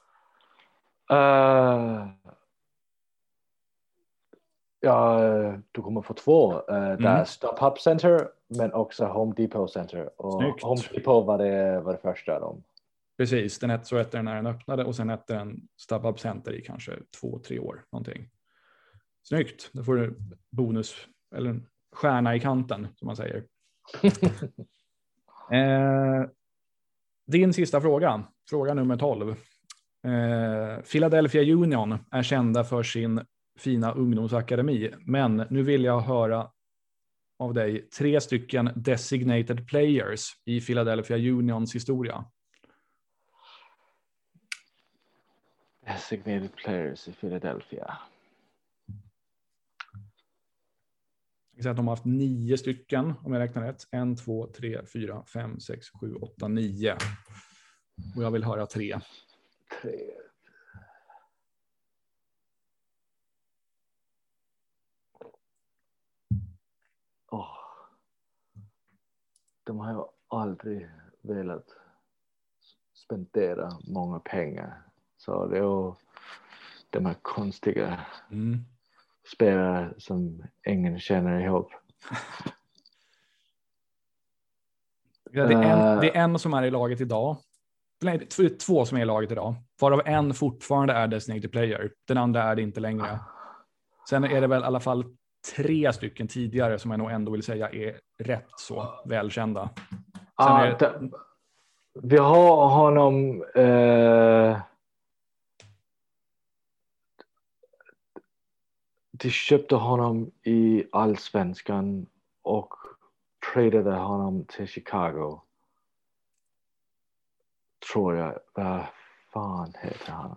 Ja, du kommer få 2. Det är StubHub Center, men också Home Depot Center. Och snyggt. Home Depot var det första av dem. Precis, så hette den när den öppnade, och sen hette den StubHub Center i kanske 2-3 år någonting. Snyggt, då får du bonus, eller en stjärna i kanten som man säger. Din sista fråga nummer 12. Philadelphia Union är kända för sin fina ungdomsakademi, men nu vill jag höra av dig 3 stycken designated players i Philadelphia Unions historia. Designated players i Philadelphia. Jag säger att de har haft 9 stycken, om jag räknar rätt. 1, 2, 3, 4, 5, 6, 7, 8, 9. Och jag vill höra 3. har ju aldrig velat spendera många pengar. Så det är ju de här konstiga spelare som ingen känner ihop. Ja, det är en som är i laget idag. Nej, två som är i laget idag. Varav en fortfarande är designated player. Den andra är det inte längre. Sen är det väl i alla fall 3 stycken tidigare som jag nog ändå vill säga är rätt så välkända. Vi har honom de köpte honom i Allsvenskan och tradade honom till Chicago. Tror jag. Vad fan heter han?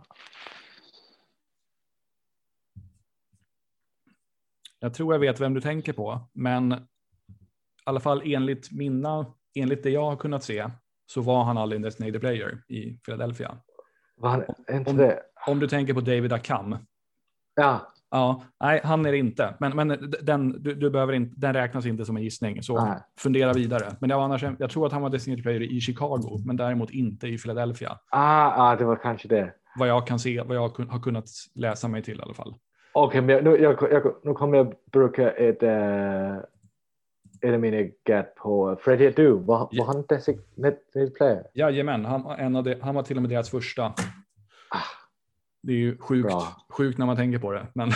Jag tror jag vet vem du tänker på, men i alla fall enligt det jag har kunnat se så var han aldrig en designated player i Philadelphia. Var han inte det? Om du tänker på David Akam. Ja. Ja, nej, han är det inte. Men du behöver inte, den räknas inte som en gissning. Så fundera vidare. Men jag tror att han var designated player i Chicago, men däremot inte i Philadelphia. Det var kanske det. Vad jag kan se, vad jag har kunnat läsa mig till i alla fall. Okej, men nu kommer jag bruka ett av mina get på Freddie Adu. Var han designated player? Jajamän, han var till och med deras första. Det är ju sjukt när man tänker på det. Men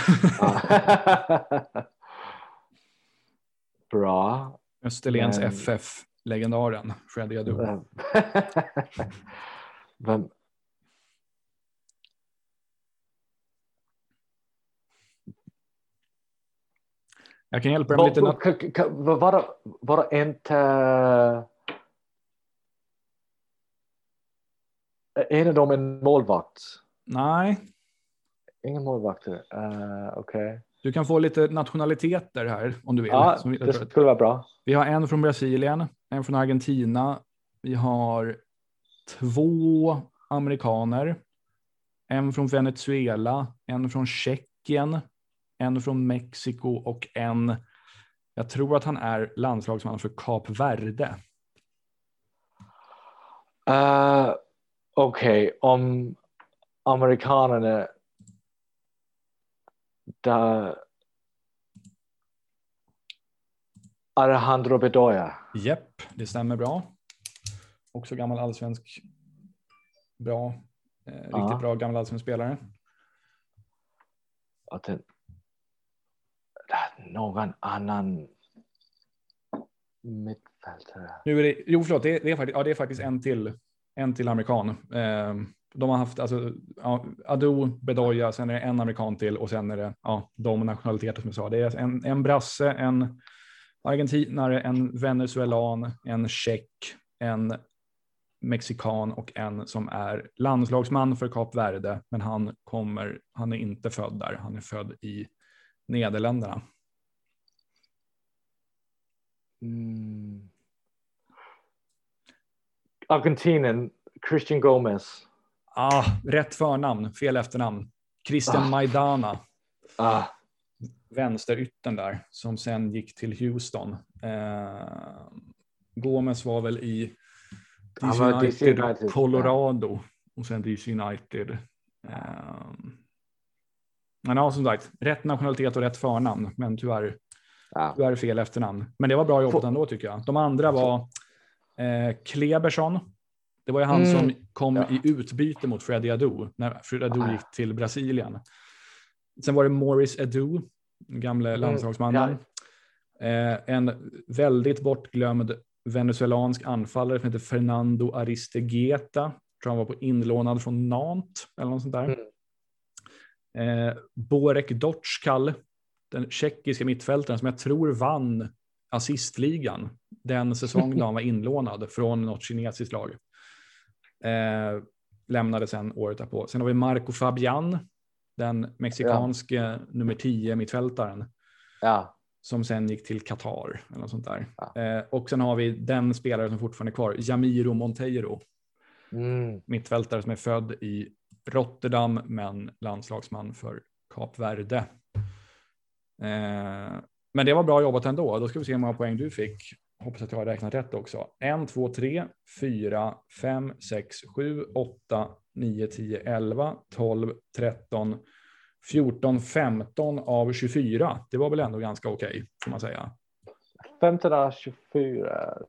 Bra. Österlens FF-legendaren Freddie Adu. Jag kan hjälpa dem lite. Var det inte en av dem en målvakt? Nej. Ingen målvakter. Okej. Du kan få lite nationaliteter här om du vill. Ja, det skulle vara bra. Vi har en från Brasilien, en från Argentina. Vi har 2 amerikaner. En från Venezuela, en från Tjeckien, en från Mexiko och jag tror att han är landslagsman för Kap Verde. Okej, om amerikanerna där Alejandro Bedoya. Japp, det stämmer bra. Också gammal allsvensk riktigt bra gammal allsvensk spelare. Att någon annan mittfältare. Nu är det, det är faktiskt en till amerikan. De har haft Adu, Bedoya, sen är det en amerikan till och sen är det de nationaliteter som jag sa. Det är en brasse, en argentinare, en venezuelan, en tjeck, en mexikan och en som är landslagsman för Kap Verde, men han är inte född där. Han är född i Nederländerna. Argentinen, Christian Gomez. Rätt förnamn, fel efternamn. Christian Maidana. Vänsteryttern där, som sen gick till Houston. Gomez var väl i DC United, Colorado och sen DC United. Men som sagt, rätt nationalitet och rätt förnamn, men tyvärr fel efternamn. Men det var bra jobbat ändå tycker jag. De andra var Kleberson. Det var ju han som kom i utbyte mot Freddie Adu när Freddie Adu gick till Brasilien. Sen var det Maurice Edu, gamle landslagsmannen. En väldigt bortglömd venezuelansk anfallare som heter Fernando Aristeguieta. Tror han var på inlånad från Nantes eller något sånt där. Borek Dockal, den tjeckiska mittfältaren som jag tror vann assistligan den säsong då han var inlånad från något kinesiskt lag. Lämnade sen året därpå. Sen har vi Marco Fabian, den mexikanske nummer 10 mittfältaren. Som sen gick till Qatar eller något sånt där. Och sen har vi den spelare som fortfarande är kvar, Jamiro Monteiro. Mittfältare som är född i Rotterdam men landslagsman för Kap Verde. Men det var bra jobbat ändå. Då ska vi se hur många poäng du fick. hoppas att jag har räknat rätt också. 1, 2, 3, 4, 5, 6, 7, 8, 9, 10, 11, 12, 13, 14, 15 av 24. Det var väl ändå ganska okej, får man säga. 15 av 24.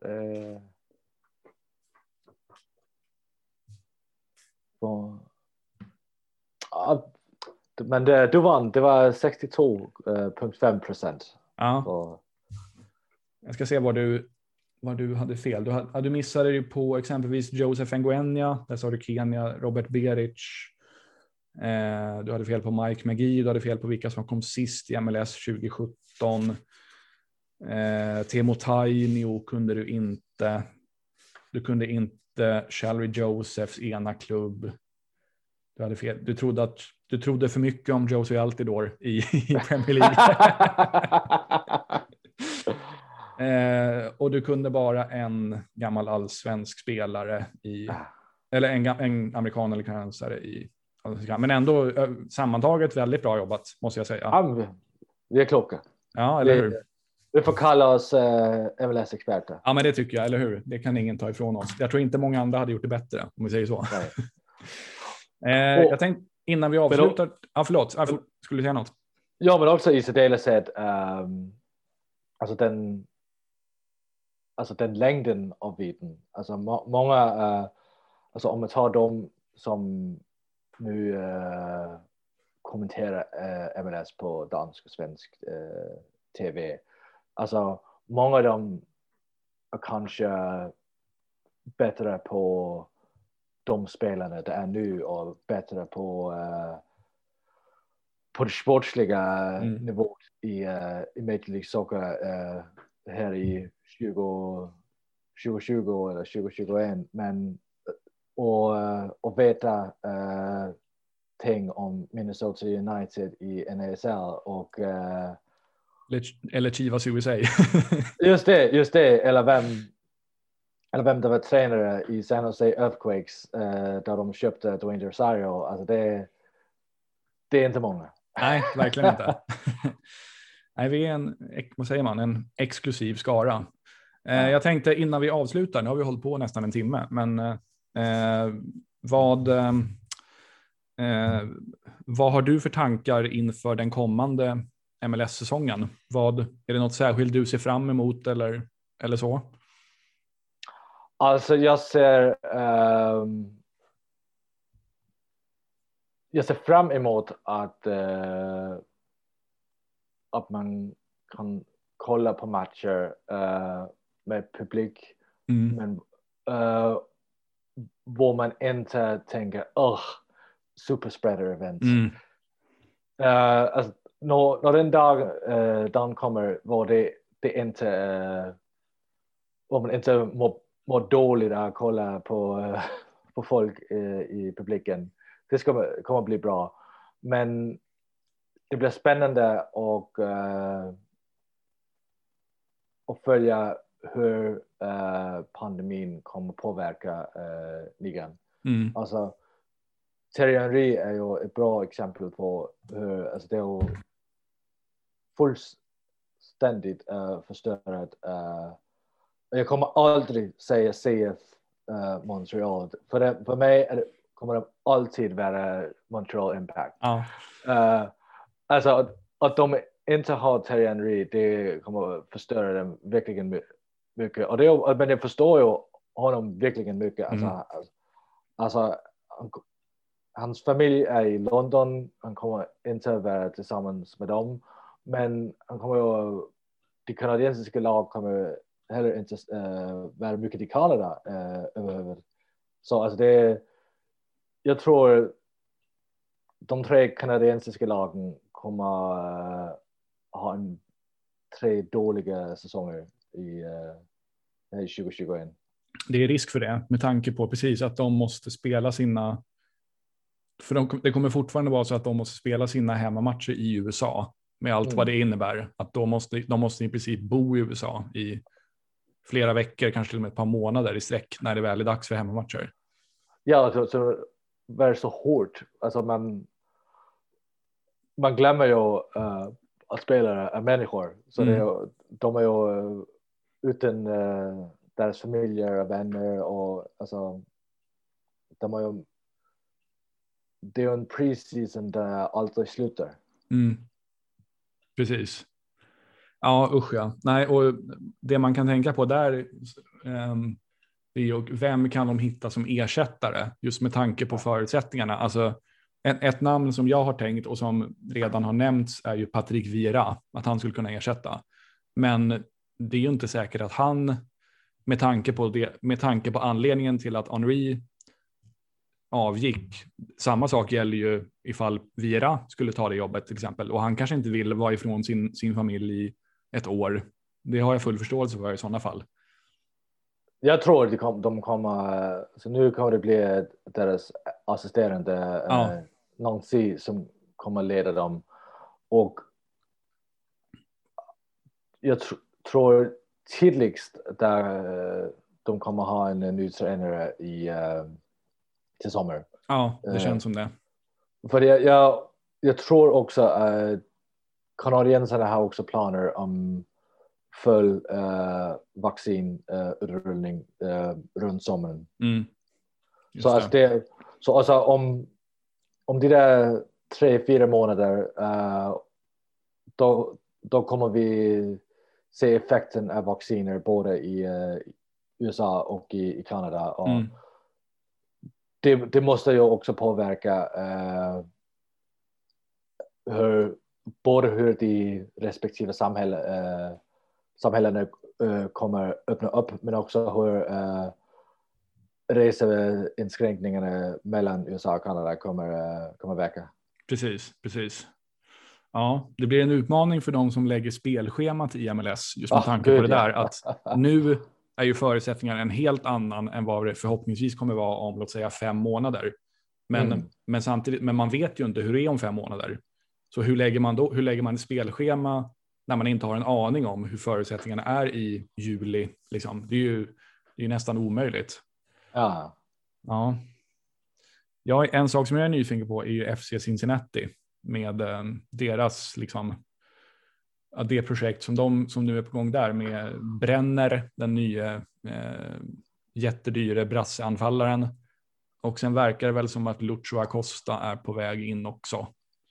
Men du vann, det var 62,5%. Ja. Jag ska se vad du hade fel. Du missade ju på exempelvis Joseph Nguenya, där sa du Kenya, Robert Beric. Du hade fel på Mike McGee, du hade fel på vilka som kom sist i MLS 2017. Teemu Tainio kunde du inte. Du kunde inte Shalry Josephs ena klubb. Du hade fel. Du trodde för mycket om Josie Altidore i Premier League. Och du kunde bara en gammal allsvensk spelare eller en amerikan eller kanadensare i. Men ändå sammantaget väldigt bra jobbat, måste jag säga. Ja, vi är kloka. Ja, eller hur? Vi får kalla oss MLS-experter. Ja, men det tycker jag, eller hur? Det kan ingen ta ifrån oss. Jag tror inte många andra hade gjort det bättre, om vi säger så. Jag tänkte innan vi avslutar. Förlåt. Skulle du säga något? Ja, men också i särdeleshet alltså den längden av viden. Alltså många, alltså om man tar dem som nu kommenterar MLS på dansk och svensk tv. Alltså många av dem är kanske bättre på de spelarna det är nu och bättre på det sportsliga nivån i Major League Soccer här i 2020 eller 2021, men och veta ting om Minnesota United i NASL och eller Chivas USA. just det eller vem det var tränare i San Jose Earthquakes där de köpte Dwayne Rosario. Alltså det är inte många. Nej, verkligen inte. Nej, vi är en exklusiv skara. Jag tänkte innan vi avslutar, nu har vi hållit på nästan en timme, men vad har du för tankar inför den kommande MLS-säsongen? Är det något särskilt du ser fram emot eller så? Alltså jag ser fram emot att man kan kolla på matcher med publik, men hvor man inte tänker superspreader event. Alltså, när den dagen kommer var det inte hvor man inte mår dåligt att kolla på folk i publiken. Det kommer bli bra, men det blir spännande och följa hur pandemin kommer påverka ligan. Alltså Thierry Henry är ju ett bra exempel på hur alltså det är fullständigt förstört. Jag kommer aldrig säga CF Montreal. För mig kommer det alltid vara Montreal Impact. Alltså att de inte har Thierry Henry, det kommer förstöra dem verkligen mycket. Men jag förstår ju honom verkligen mycket. Alltså hans familj är i London. Han kommer inte vara tillsammans med dem. Men det kanadensiska lag kommer heller inte vara mycket i Kanada överhuvud. Så alltså jag tror de 3 kanadensiska lagen kommer ha 3 dåliga säsonger i 2021. Det är risk för det, med tanke på precis att de måste spela sina. För det kommer fortfarande vara så att de måste spela sina hemmamatcher i USA med allt vad det innebär. Att de måste i princip bo i USA i flera veckor, kanske till och med ett par månader i sträck när det väl är dags för hemmamatcher. Ja, så det är så hårt. Alltså man glömmer ju att spelare är människor. Så de är ju utan deras familjer och vänner och alltså de har ju, det är ju en preseason där allt slutar. Precis. Ja, usch ja. Nej, och det man kan tänka på där är ju vem kan de hitta som ersättare just med tanke på förutsättningarna. Alltså ett namn som jag har tänkt och som redan har nämnts är ju Patrick Vieira, att han skulle kunna ersätta. Men det är ju inte säkert att han med tanke på anledningen till att Henry avgick. Samma sak gäller ju ifall Vieira skulle ta det jobbet till exempel. Och han kanske inte vill vara ifrån sin familj i ett år. Det har jag full förståelse för i sådana fall. Jag tror de kommer, så nu kommer det bli deras assisterande Nancy som kommer leda dem. Och jag tror tidigast där de kommer ha en ny tränare till sommar. Ja, det känns som det. För jag tror också att kanadiensarna har också planer om full vaccinutrullning runt sommaren. Så alltså om det där 3-4 månader då kommer vi se effekten av vacciner både i USA och i Kanada. Och det måste ju också påverka hur de respektive samhällena kommer öppna upp, men också hur reseinskränkningarna mellan USA och Kanada kommer verka. Precis. Ja, det blir en utmaning för de som lägger spelschemat i MLS just med tanke på det där. Att nu är ju förutsättningarna en helt annan än vad det förhoppningsvis kommer vara om låt säga 5 månader. Men samtidigt, men man vet ju inte hur det är om 5 månader. Så hur lägger man ett spelschema när man inte har en aning om hur förutsättningarna är i juli? Liksom. Det är ju nästan omöjligt. Ja. Ja, en sak som jag är nyfiken på är ju FC Cincinnati med deras liksom det projekt som nu är på gång där med Brenner, den nya jättedyre brasseanfallaren. Och sen verkar det väl som att Lucho Acosta är på väg in också.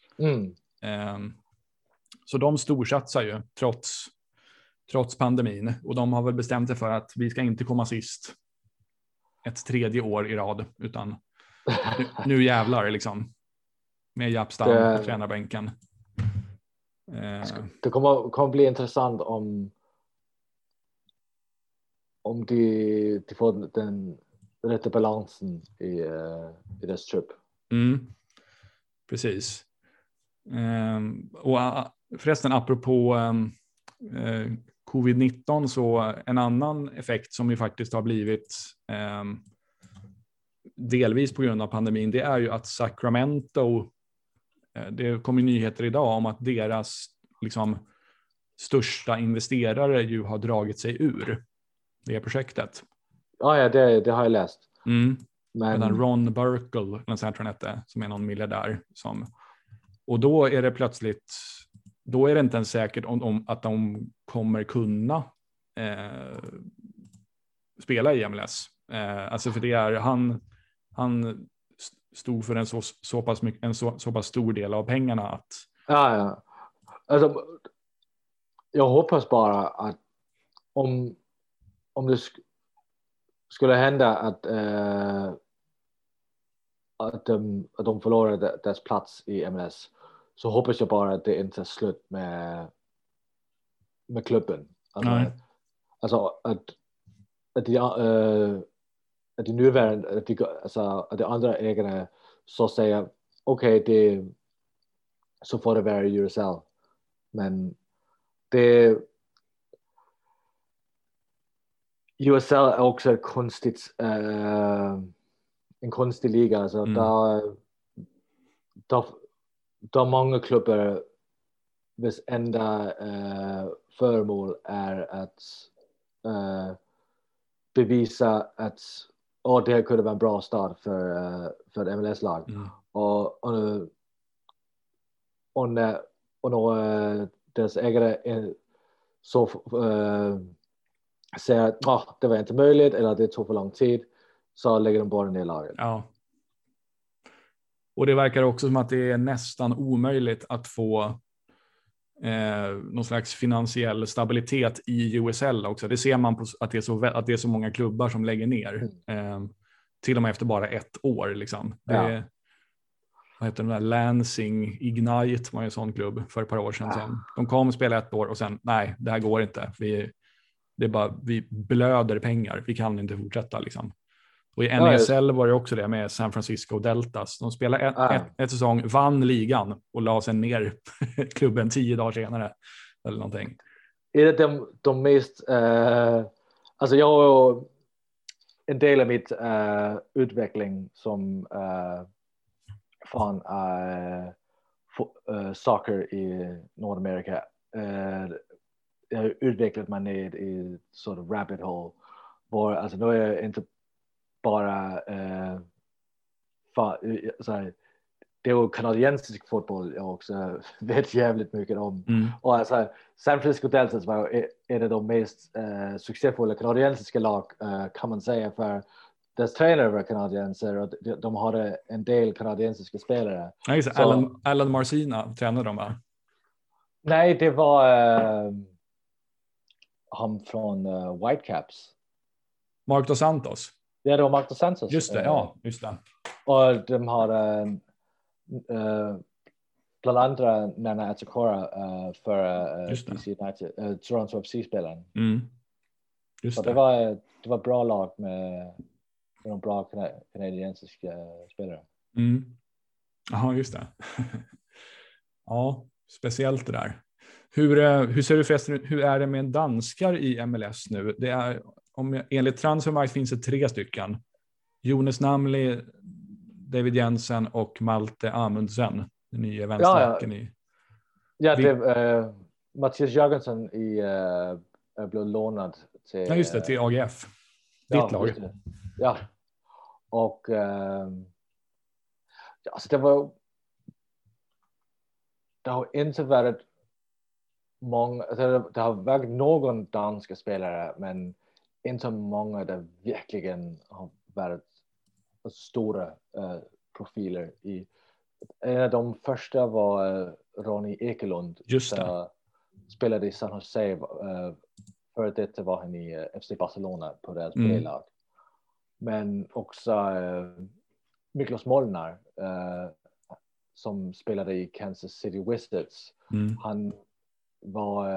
Så de storsatsar ju trots pandemin. Och de har väl bestämt sig för att vi ska inte komma sist ett 3:e år i rad. Utan nu jävlar liksom. Med Japstam på tränarbänken. Det kommer bli intressant om de får den rätta balansen i deras trupp. Precis. Och förresten apropå covid-19 så en annan effekt som ju faktiskt har blivit delvis på grund av pandemin, det är ju att Sacramento, det kommer nyheter idag om att deras liksom största investerare ju har dragit sig ur det projektet. Ja, det har jag läst. Men Ron Burkle, som är någon miljardär och då är det plötsligt, då är det inte ens säkert om att de kommer kunna spela i MLS. Alltså för det är han stod för så pass stor del av pengarna att ja. Alltså, jag hoppas bara att om det skulle hända att de förlorar deras plats i MLS, så hoppas jag bara att det inte är slut med klubben. Alltså att de nuvarande att de andra ägarna så säger okej, så får det vara USL, men USL är också en konstig liga, alltså där många klubbar vars enda föremål är att bevisa att det här kunde vara en bra start för ett MLS-lag. Och när deras ägare är så säger att det var inte möjligt eller det tog för lång tid, så lägger de bara ner laget. Ja. Och det verkar också som att det är nästan omöjligt att få någon slags finansiell stabilitet i USL också. Det ser man på att det är så många klubbar som lägger ner. Till och med efter bara 1 år. Liksom. Vad heter den där? Lansing Ignite var en sån klubb för ett par år sedan. De kom och spelade 1 år och sen, nej, det här går inte. Vi blöder pengar. Vi kan inte fortsätta liksom. Och i NESL var det också det med San Francisco Deltas. De spelade ett säsong, vann ligan och la sen ner klubben 10 dagar senare. Eller någonting. Är det de mest... alltså jag har en del av mitt utveckling som fan soccer i Nordamerika. Jag har utvecklat mig ned i sort of rabbit hole. Alltså nu är jag inte bara det är ju kanadiensisk fotboll jag också vet jävligt mycket om. Och alltså San Francisco Deltas var ett av de mest successfulla kanadiensiska lag kan man säga, för dess tränare var kanadienser och de hade en del kanadiensiska spelare. Ja, just det. Alan Marcina tränade de, va? Nej, det var han från Whitecaps. Mark Dos Santos. Det var Mark Dos Santos. Just det, just det. Och de har bland andra Nana Atakora för DC United, Toronto FC-spelaren. Just så det var bra lag med de bra kanadiensiska spelare. Jaha, just det. Ja, speciellt det där. Hur ser du förresten, hur är det med danskar i MLS nu? Det är, enligt Transfermarkt finns det 3 stycken. Jonas Namli, David Jensen och Malte Amundsen, den nya vänsterbacken i... Ja, det Mattias Jörgensen blev lånad till... Ja, just det, till AGF. Ditt lag. Ja. Och alltså det har inte varit många, det har varit någon danska spelare, men inte många där verkligen har varit stora profiler i. En av de första var Ronny Ekelund. Just det. Spelade i San Jose. För det var han i FC Barcelona på deras B-lag. Men också Miklos Molnar som spelade i Kansas City Wizards. Han var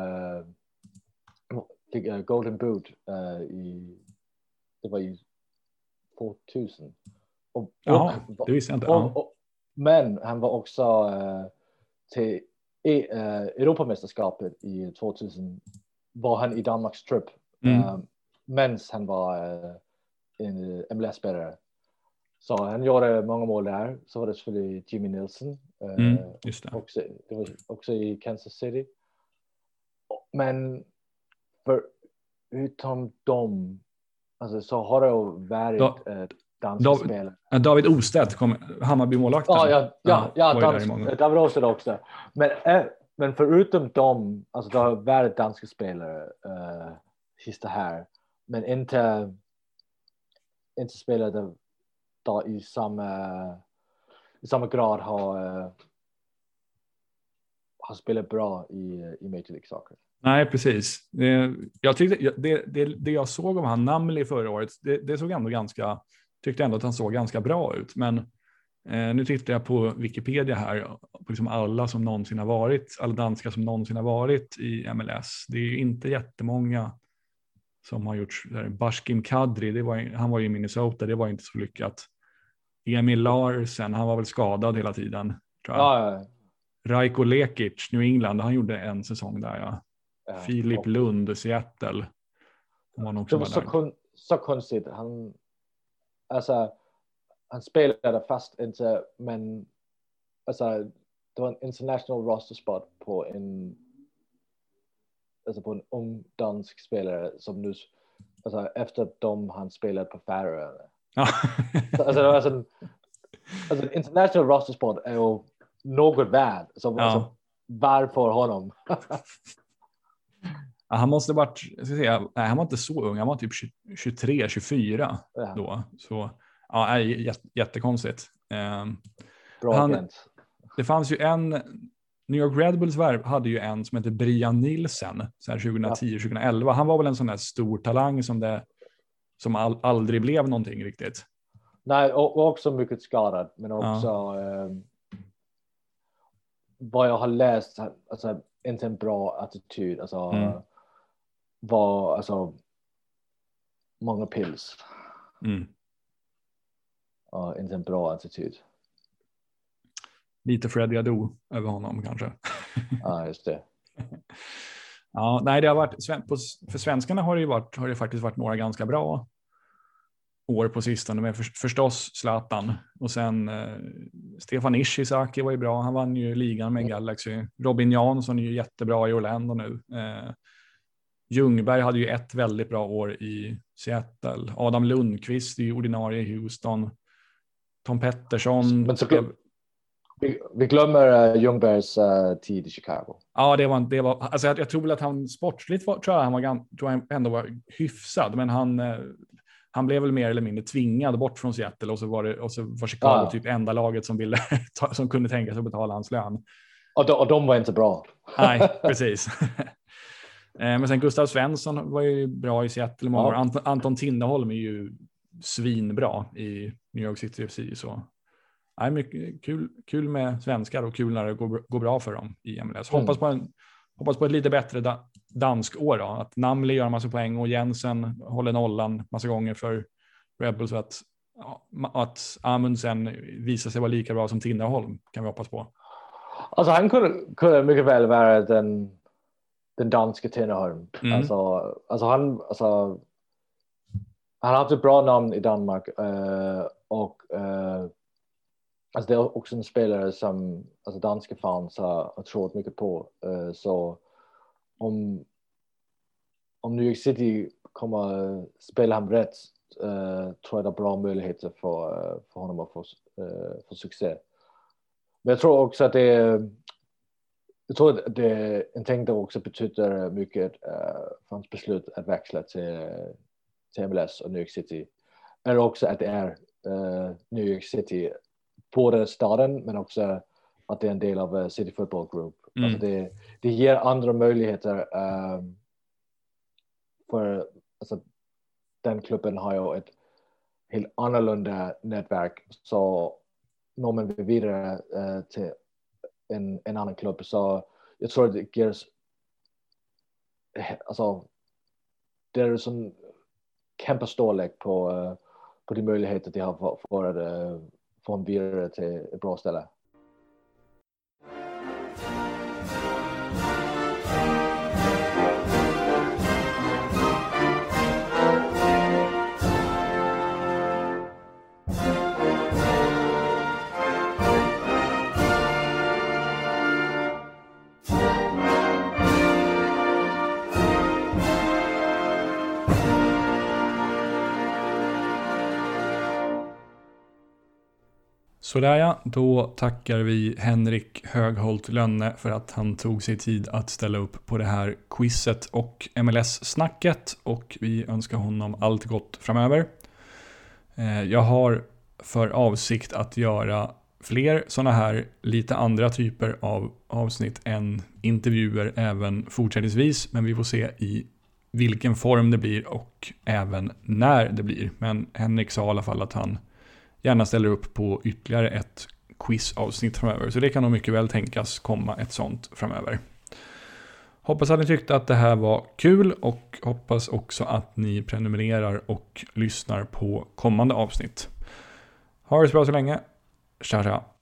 Golden Boot det var i 2000. Det visste jag inte. Men han var också till Europamästerskapet i 2000 var han i Danmarks trupp. Men han var en MLS-spelare. Så han gjorde många mål där. Så var det selvfølgelig Jimmy Nielsen. Just det. Det var också i Kansas City. Men förutom dem alltså, så har det varit danska spelare. David Ostedt, Hammarby-målvakten. David Ostedt också. Men förutom dem, alltså det har varit danska spelare sista här. Men inte spelare där i samma grad har spelat bra i Major League Soccer. Nej, precis. Jag tyckte det jag såg om han Namli förra året, det såg ändå tyckte ändå att han såg ganska bra ut. Men nu tittar jag på Wikipedia här, på liksom alla danskar som någonsin har varit i MLS. Det är ju inte jättemånga som har gjort. Bashkim Kadri, han var ju i Minnesota, det var inte så lyckat. Emil Larsen, han var väl skadad hela tiden, tror jag. Ja. Raiko Lekic, New England, han gjorde en säsong där, ja. Filip Lund, Seattle. Han var det var så konstigt. Han spelade fast inte, men alltså, det var en international roster spot på en ung dansk spelare som nu, alltså, efter dem han spelade på Färöarna. alltså en international roster spot är ju något värd. Alltså, varför honom? Ja, han måste varit, jag ska säga, nej, han var inte så ung, han var typ 23-24 då. Så ja, jättekonstigt. Bra agent. Det fanns ju New York Red Bulls hade ju en som heter Brian Nielsen, så här 2010-2011. Han var väl en sån där stor talang som aldrig blev någonting riktigt. Nej, och också mycket skadad, men också vad jag har läst, alltså inte en bra attityd, alltså många pills. Och inte en bra attityd. Lite Freddy Adu över honom kanske. Ja, just det. Ja, nej, det har varit, för svenskarna har det faktiskt varit några ganska bra år på sistone, med förstås Zlatan och sen Stefan Ishizaki var ju bra, han vann ju ligan med Galaxy. Robin Jansson är ju jättebra i Orlando nu. Ljungberg hade ju ett väldigt bra år i Seattle. Adam Lundqvist är ju ordinarie i Houston. Tom Pettersson. Men vi glömmer Ljungbergs tid i Chicago. Ja, det var alltså jag tror väl att han sportsligt tror jag ändå var hyfsad, men han blev väl mer eller mindre tvingad bort från Seattle, och så var Chicago typ enda laget som kunde tänka sig att betala hans lön. Och de var inte bra. Nej, precis. Men sen Gustav Svensson var ju bra i Seattle många år. Anton Tinnerholm är ju svinbra i New York City FC, så nej, mycket kul med svenskar, och kul när det går bra för dem i MLS. Hoppas på ett lite bättre dansk år då. Att Namli gör en massa poäng och Jensen håller nollan massa gånger för Red Bull, så att Amundsen visar sig vara lika bra som Tinnerholm, kan vi hoppas på. Alltså han kunde mycket väl vara den danske Tinnerholm. Alltså han har haft ett bra namn i Danmark, och alltså det är också en spelare som alltså danska fans har trott mycket på, så om New York City kommer spela ham rätt, tror jag det är bra möjligheter för honom att få succé. Men jag tror också att en ting där också betyder mycket för hans beslut att växla till MLS och New York City är också att det är New York City, både staden men också att det är en del av City Football Group. Alltså det ger andra möjligheter, för alltså, den klubben har ju ett helt annorlunda nätverk, så når man vidare till en annan klubb, så jag tror att det ger alltså det är sån kämpestorlek på de möjligheter de har för att få en vidare till ett bra ställe. Sådär ja, då tackar vi Henrik Högholt Lönne för att han tog sig tid att ställa upp på det här quizet och MLS-snacket, och vi önskar honom allt gott framöver. Jag har för avsikt att göra fler sådana här lite andra typer av avsnitt än intervjuer även fortsättningsvis, men vi får se i vilken form det blir och även när det blir. Men Henrik sa i alla fall att han gärna ställer upp på ytterligare ett quizavsnitt framöver. Så det kan nog mycket väl tänkas komma ett sånt framöver. Hoppas att ni tyckte att det här var kul, och hoppas också att ni prenumererar och lyssnar på kommande avsnitt. Ha det så bra så länge. Tja tja.